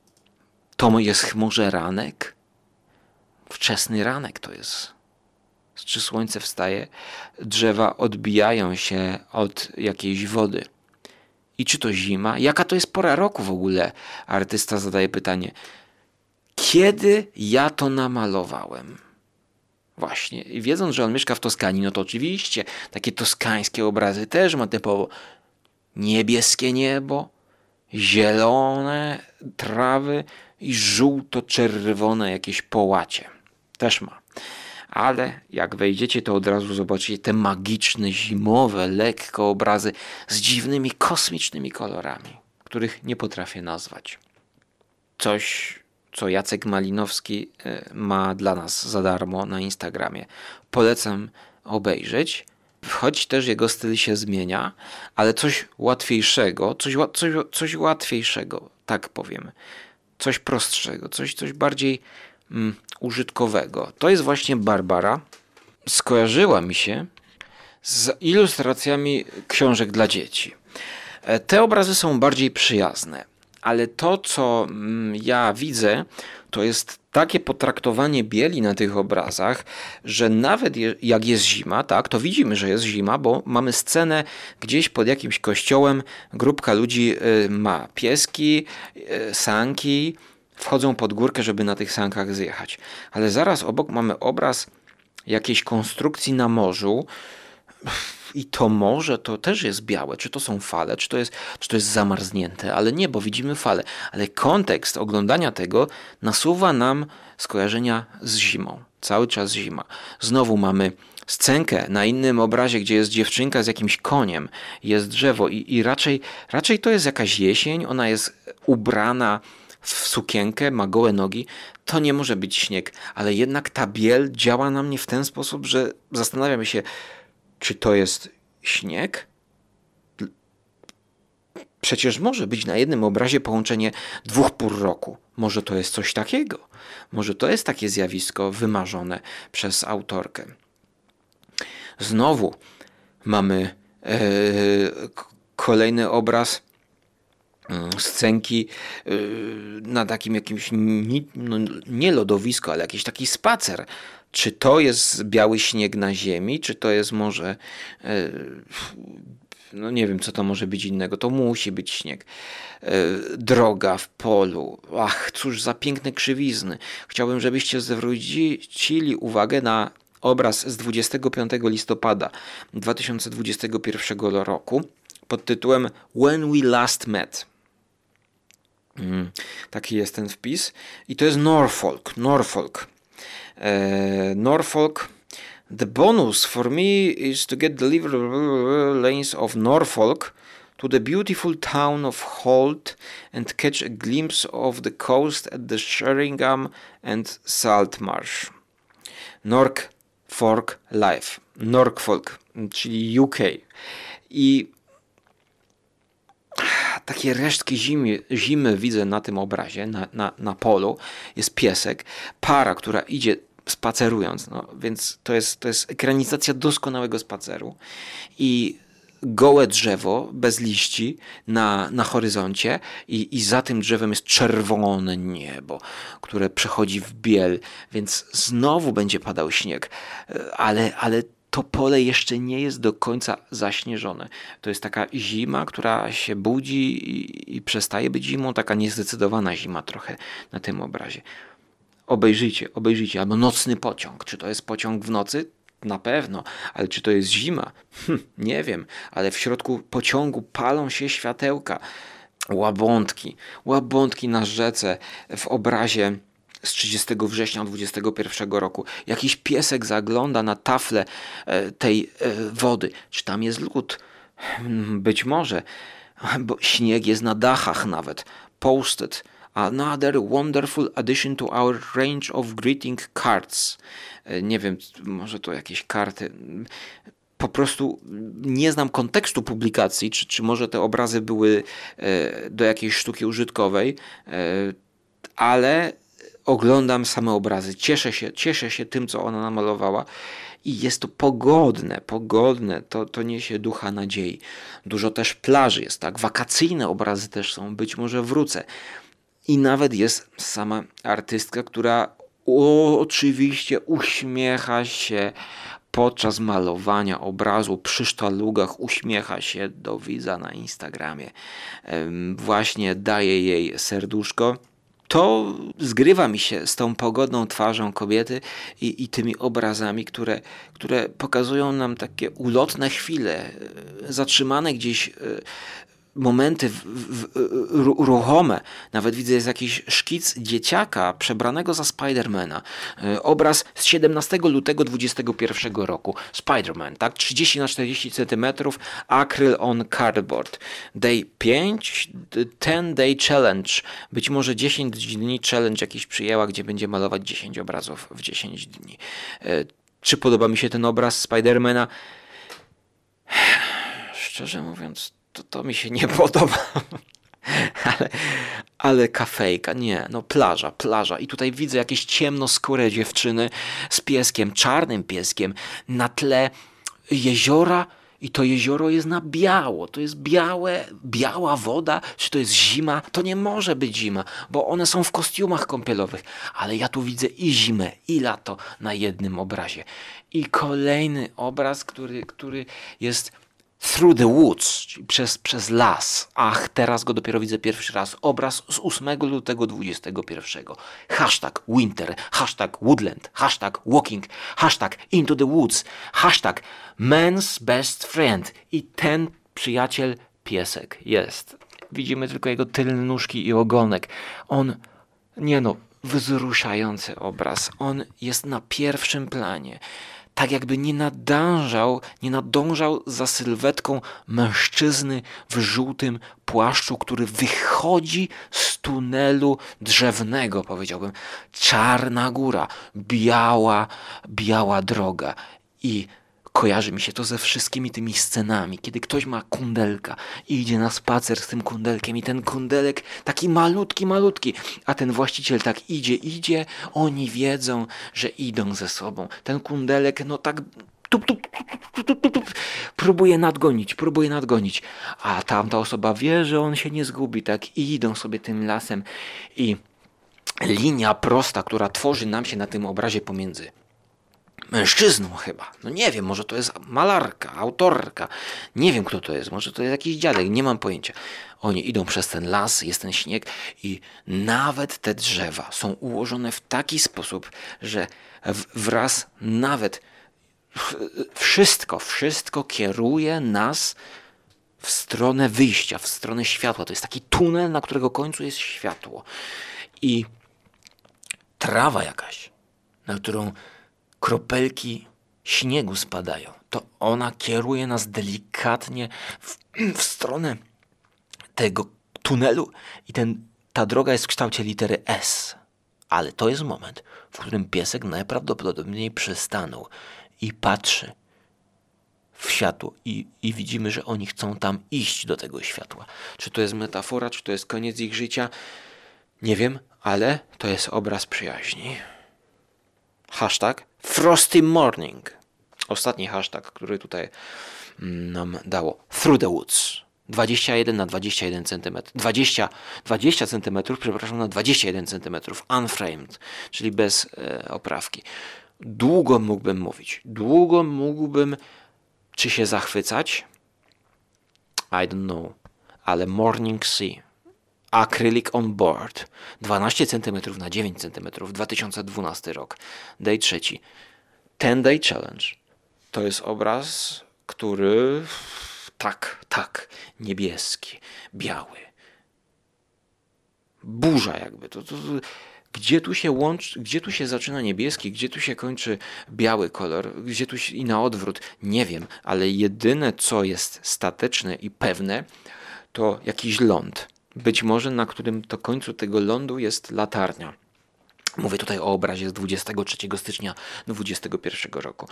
[SPEAKER 1] To jest może ranek? Wczesny ranek to jest. Czy słońce wstaje? Drzewa odbijają się od jakiejś wody. I czy to zima? Jaka to jest pora roku w ogóle? Artysta zadaje pytanie. Kiedy ja to namalowałem? Właśnie. I wiedząc, że on mieszka w Toskanii, no to oczywiście takie toskańskie obrazy też ma typowo niebieskie niebo, zielone trawy i żółto-czerwone jakieś połacie. Też ma. Ale jak wejdziecie, to od razu zobaczycie te magiczne, zimowe, lekko obrazy z dziwnymi, kosmicznymi kolorami, których nie potrafię nazwać. Coś, co Jacek Malinowski ma dla nas za darmo na Instagramie. Polecam obejrzeć. Choć też jego styl się zmienia, ale coś łatwiejszego, coś, coś, coś łatwiejszego, tak powiem. Coś prostszego, coś, coś bardziej mm, użytkowego. To jest właśnie Barbara. Skojarzyła mi się z ilustracjami książek dla dzieci. Te obrazy są bardziej przyjazne. Ale to, co ja widzę, to jest takie potraktowanie bieli na tych obrazach, że nawet je, jak jest zima, tak, to widzimy, że jest zima, bo mamy scenę gdzieś pod jakimś kościołem, grupka ludzi y, ma pieski, y, sanki, wchodzą pod górkę, żeby na tych sankach zjechać. Ale zaraz obok mamy obraz jakiejś konstrukcji na morzu, I to morze to też jest białe. Czy to są fale, czy to jest, czy to jest zamarznięte, ale nie, bo widzimy fale. Ale kontekst oglądania tego nasuwa nam skojarzenia z zimą. Cały czas zima. Znowu mamy scenkę na innym obrazie, gdzie jest dziewczynka z jakimś koniem, jest drzewo i, i raczej, raczej to jest jakaś jesień, ona jest ubrana w sukienkę, ma gołe nogi, to nie może być śnieg, ale jednak ta biel działa na mnie w ten sposób, że zastanawiam się, czy to jest śnieg? Przecież może być na jednym obrazie połączenie dwóch pór roku. Może to jest coś takiego. Może to jest takie zjawisko wymarzone przez autorkę. Znowu mamy e, kolejny obraz scenki na takim jakimś nie, no, nie lodowisko, ale jakiś taki spacer. Czy to jest biały śnieg na ziemi, czy to jest może no nie wiem, co to może być innego. To musi być śnieg. Droga w polu. Ach, cóż za piękne krzywizny. Chciałbym, żebyście zwrócili uwagę na obraz z dwudziestego piątego listopada dwa tysiące dwudziestego pierwszego roku pod tytułem When We Last Met. Mm, taki jest ten wpis. I to jest Norfolk. Norfolk. E, Norfolk. The bonus for me is to get the lanes of Norfolk to the beautiful town of Holt and catch a glimpse of the coast at the Sheringham and Saltmarsh. Norfolk Life. Norfolk, czyli U K. I takie resztki zimy, zimy widzę na tym obrazie, na, na, na polu. Jest piesek, para, która idzie spacerując, no, więc to jest, to jest ekranizacja doskonałego spaceru. I gołe drzewo, bez liści na, na horyzoncie i, i za tym drzewem jest czerwone niebo, które przechodzi w biel, więc znowu będzie padał śnieg, ale, ale to pole jeszcze nie jest do końca zaśnieżone. To jest taka zima, która się budzi i, i przestaje być zimą, taka niezdecydowana zima trochę na tym obrazie. Obejrzyjcie, obejrzyjcie, albo nocny pociąg. Czy to jest pociąg w nocy? Na pewno, ale czy to jest zima? Hm, nie wiem, ale w środku pociągu palą się światełka. Łabądki, łabądki na rzece w obrazie z trzydziestego września dwudziestego pierwszego roku. Jakiś piesek zagląda na taflę tej wody. Czy tam jest lód? Być może, bo śnieg jest na dachach nawet. Posted. Another wonderful addition to our range of greeting cards. Nie wiem, może to jakieś karty. Po prostu nie znam kontekstu publikacji, czy, czy może te obrazy były do jakiejś sztuki użytkowej, ale oglądam same obrazy. Cieszę się, cieszę się tym, co ona namalowała. I jest to pogodne, pogodne, to, to niesie ducha nadziei. Dużo też plaży jest, tak? Wakacyjne obrazy też są, być może wrócę. I nawet jest sama artystka, która o, oczywiście uśmiecha się podczas malowania obrazu przy sztalugach, uśmiecha się do widza na Instagramie. Właśnie daje jej serduszko. To zgrywa mi się z tą pogodną twarzą kobiety i, i tymi obrazami, które, które pokazują nam takie ulotne chwile, zatrzymane gdzieś momenty w, w, w, ruchome. Nawet widzę, jest jakiś szkic dzieciaka przebranego za Spidermana. Obraz z siedemnastego lutego dwudziestego pierwszego roku. Spiderman, tak? trzydzieści na czterdzieści centymetrów, acryl on cardboard. Day pięć, ten day challenge. Być może dziesięć dni challenge jakiś przyjęła, gdzie będzie malować dziesięć obrazów w dziesięć dni. Czy podoba mi się ten obraz Spidermana? Szczerze mówiąc, To, to mi się nie podoba, ale, ale kafejka, nie, no plaża, plaża i tutaj widzę jakieś ciemnoskóre dziewczyny z pieskiem, czarnym pieskiem na tle jeziora i to jezioro jest na biało, to jest białe, biała woda, czy to jest zima? To nie może być zima, bo one są w kostiumach kąpielowych, ale ja tu widzę i zimę, i lato na jednym obrazie. I kolejny obraz, który, który jest Through the Woods, czyli przez, przez las. Ach, teraz go dopiero widzę pierwszy raz. Obraz z ósmego lutego dwudziestego pierwszego. Hashtag winter, hashtag woodland, hashtag walking, hashtag into the woods, hashtag man's best friend. I ten przyjaciel piesek jest. Widzimy tylko jego tylne nóżki i ogonek. On, nie no, wzruszający obraz. On jest na pierwszym planie. Tak jakby nie nadążał, nie nadążał za sylwetką mężczyzny w żółtym płaszczu, który wychodzi z tunelu drzewnego, powiedziałbym. Czarna góra, biała, biała droga. I kojarzy mi się to ze wszystkimi tymi scenami, kiedy ktoś ma kundelka i idzie na spacer z tym kundelkiem i ten kundelek taki malutki, malutki, a ten właściciel tak idzie, idzie, oni wiedzą, że idą ze sobą. Ten kundelek no tak tup, tup, tup, tup, tup, tup, próbuje nadgonić, próbuje nadgonić, a tamta osoba wie, że on się nie zgubi, tak i idą sobie tym lasem i linia prosta, która tworzy nam się na tym obrazie pomiędzy mężczyzną chyba. No nie wiem, może to jest malarka, autorka. Nie wiem, kto to jest. Może to jest jakiś dziadek. Nie mam pojęcia. Oni idą przez ten las, jest ten śnieg i nawet te drzewa są ułożone w taki sposób, że wraz nawet wszystko, wszystko kieruje nas w stronę wyjścia, w stronę światła. To jest taki tunel, na którego końcu jest światło. I trawa jakaś, na którą kropelki śniegu spadają, to ona kieruje nas delikatnie w, w stronę tego tunelu i ten, ta droga jest w kształcie litery S. Ale to jest moment, w którym piesek najprawdopodobniej przystanął i patrzy w światło i, i widzimy, że oni chcą tam iść do tego światła. Czy to jest metafora, czy to jest koniec ich życia? Nie wiem, ale to jest obraz przyjaźni. Hashtag Frosty Morning. Ostatni hashtag, który tutaj nam dało. Through the Woods. dwadzieścia jeden na dwadzieścia jeden centymetrów. dwadzieścia, dwadzieścia centymetrów, przepraszam, na dwadzieścia jeden centymetrów. Unframed, czyli bez e, oprawki. Długo mógłbym mówić. Długo mógłbym czy się zachwycać? I don't know. Ale Morning Sea. Acrylic on board. dwanaście centymetrów na dziewięć centymetrów. dwa tysiące dwunasty rok. Day trzeci. Ten Day Challenge. To jest obraz, który tak, tak, niebieski, biały. Burza jakby. To, to, to, gdzie tu się łączy, gdzie tu się zaczyna niebieski, gdzie tu się kończy biały kolor, gdzie tu się, i na odwrót, nie wiem, ale jedyne co jest stateczne i pewne, to jakiś ląd. Być może na którym to końcu tego lądu jest latarnia. Mówię tutaj o obrazie z dwudziestego trzeciego stycznia dwudziestego pierwszego roku.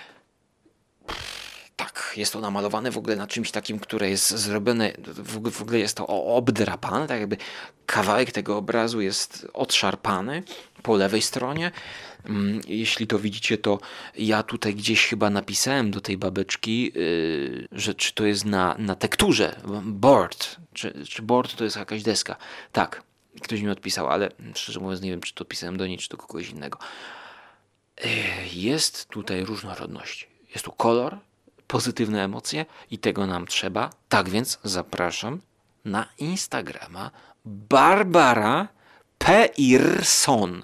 [SPEAKER 1] Tak, jest to namalowane w ogóle na czymś takim, które jest zrobione, w ogóle jest to obdrapane, tak jakby kawałek tego obrazu jest odszarpany po lewej stronie. Jeśli to widzicie, to ja tutaj gdzieś chyba napisałem do tej babeczki, yy, że czy to jest na, na tekturze, board, czy, czy board to jest jakaś deska. Tak, ktoś mi odpisał, ale szczerze mówiąc nie wiem, czy to pisałem do niej, czy do kogoś innego. Yy, jest tutaj różnorodność. Jest tu kolor, pozytywne emocje i tego nam trzeba. Tak więc zapraszam na Instagrama Barbara Peirson.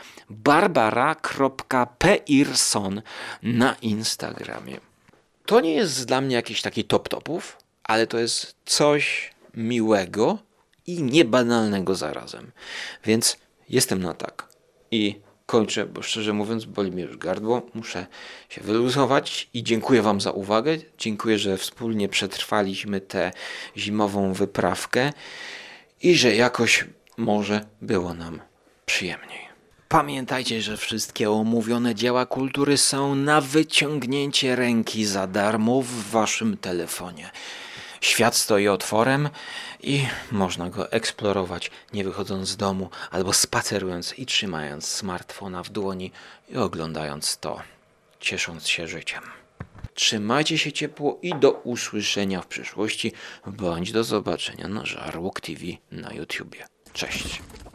[SPEAKER 1] Barbara.peirson na Instagramie. To nie jest dla mnie jakiś taki top topów, ale to jest coś miłego i niebanalnego zarazem. Więc jestem na tak. I kończę, bo szczerze mówiąc boli mnie już gardło. Muszę się wyluzować i dziękuję wam za uwagę. Dziękuję, że wspólnie przetrwaliśmy tę zimową wyprawkę i że jakoś może było nam przyjemniej. Pamiętajcie, że wszystkie omówione dzieła kultury są na wyciągnięcie ręki za darmo w waszym telefonie. Świat stoi otworem i można go eksplorować nie wychodząc z domu albo spacerując i trzymając smartfona w dłoni i oglądając to, ciesząc się życiem. Trzymajcie się ciepło i do usłyszenia w przyszłości, bądź do zobaczenia na Żarłok T V na YouTubie. Cześć!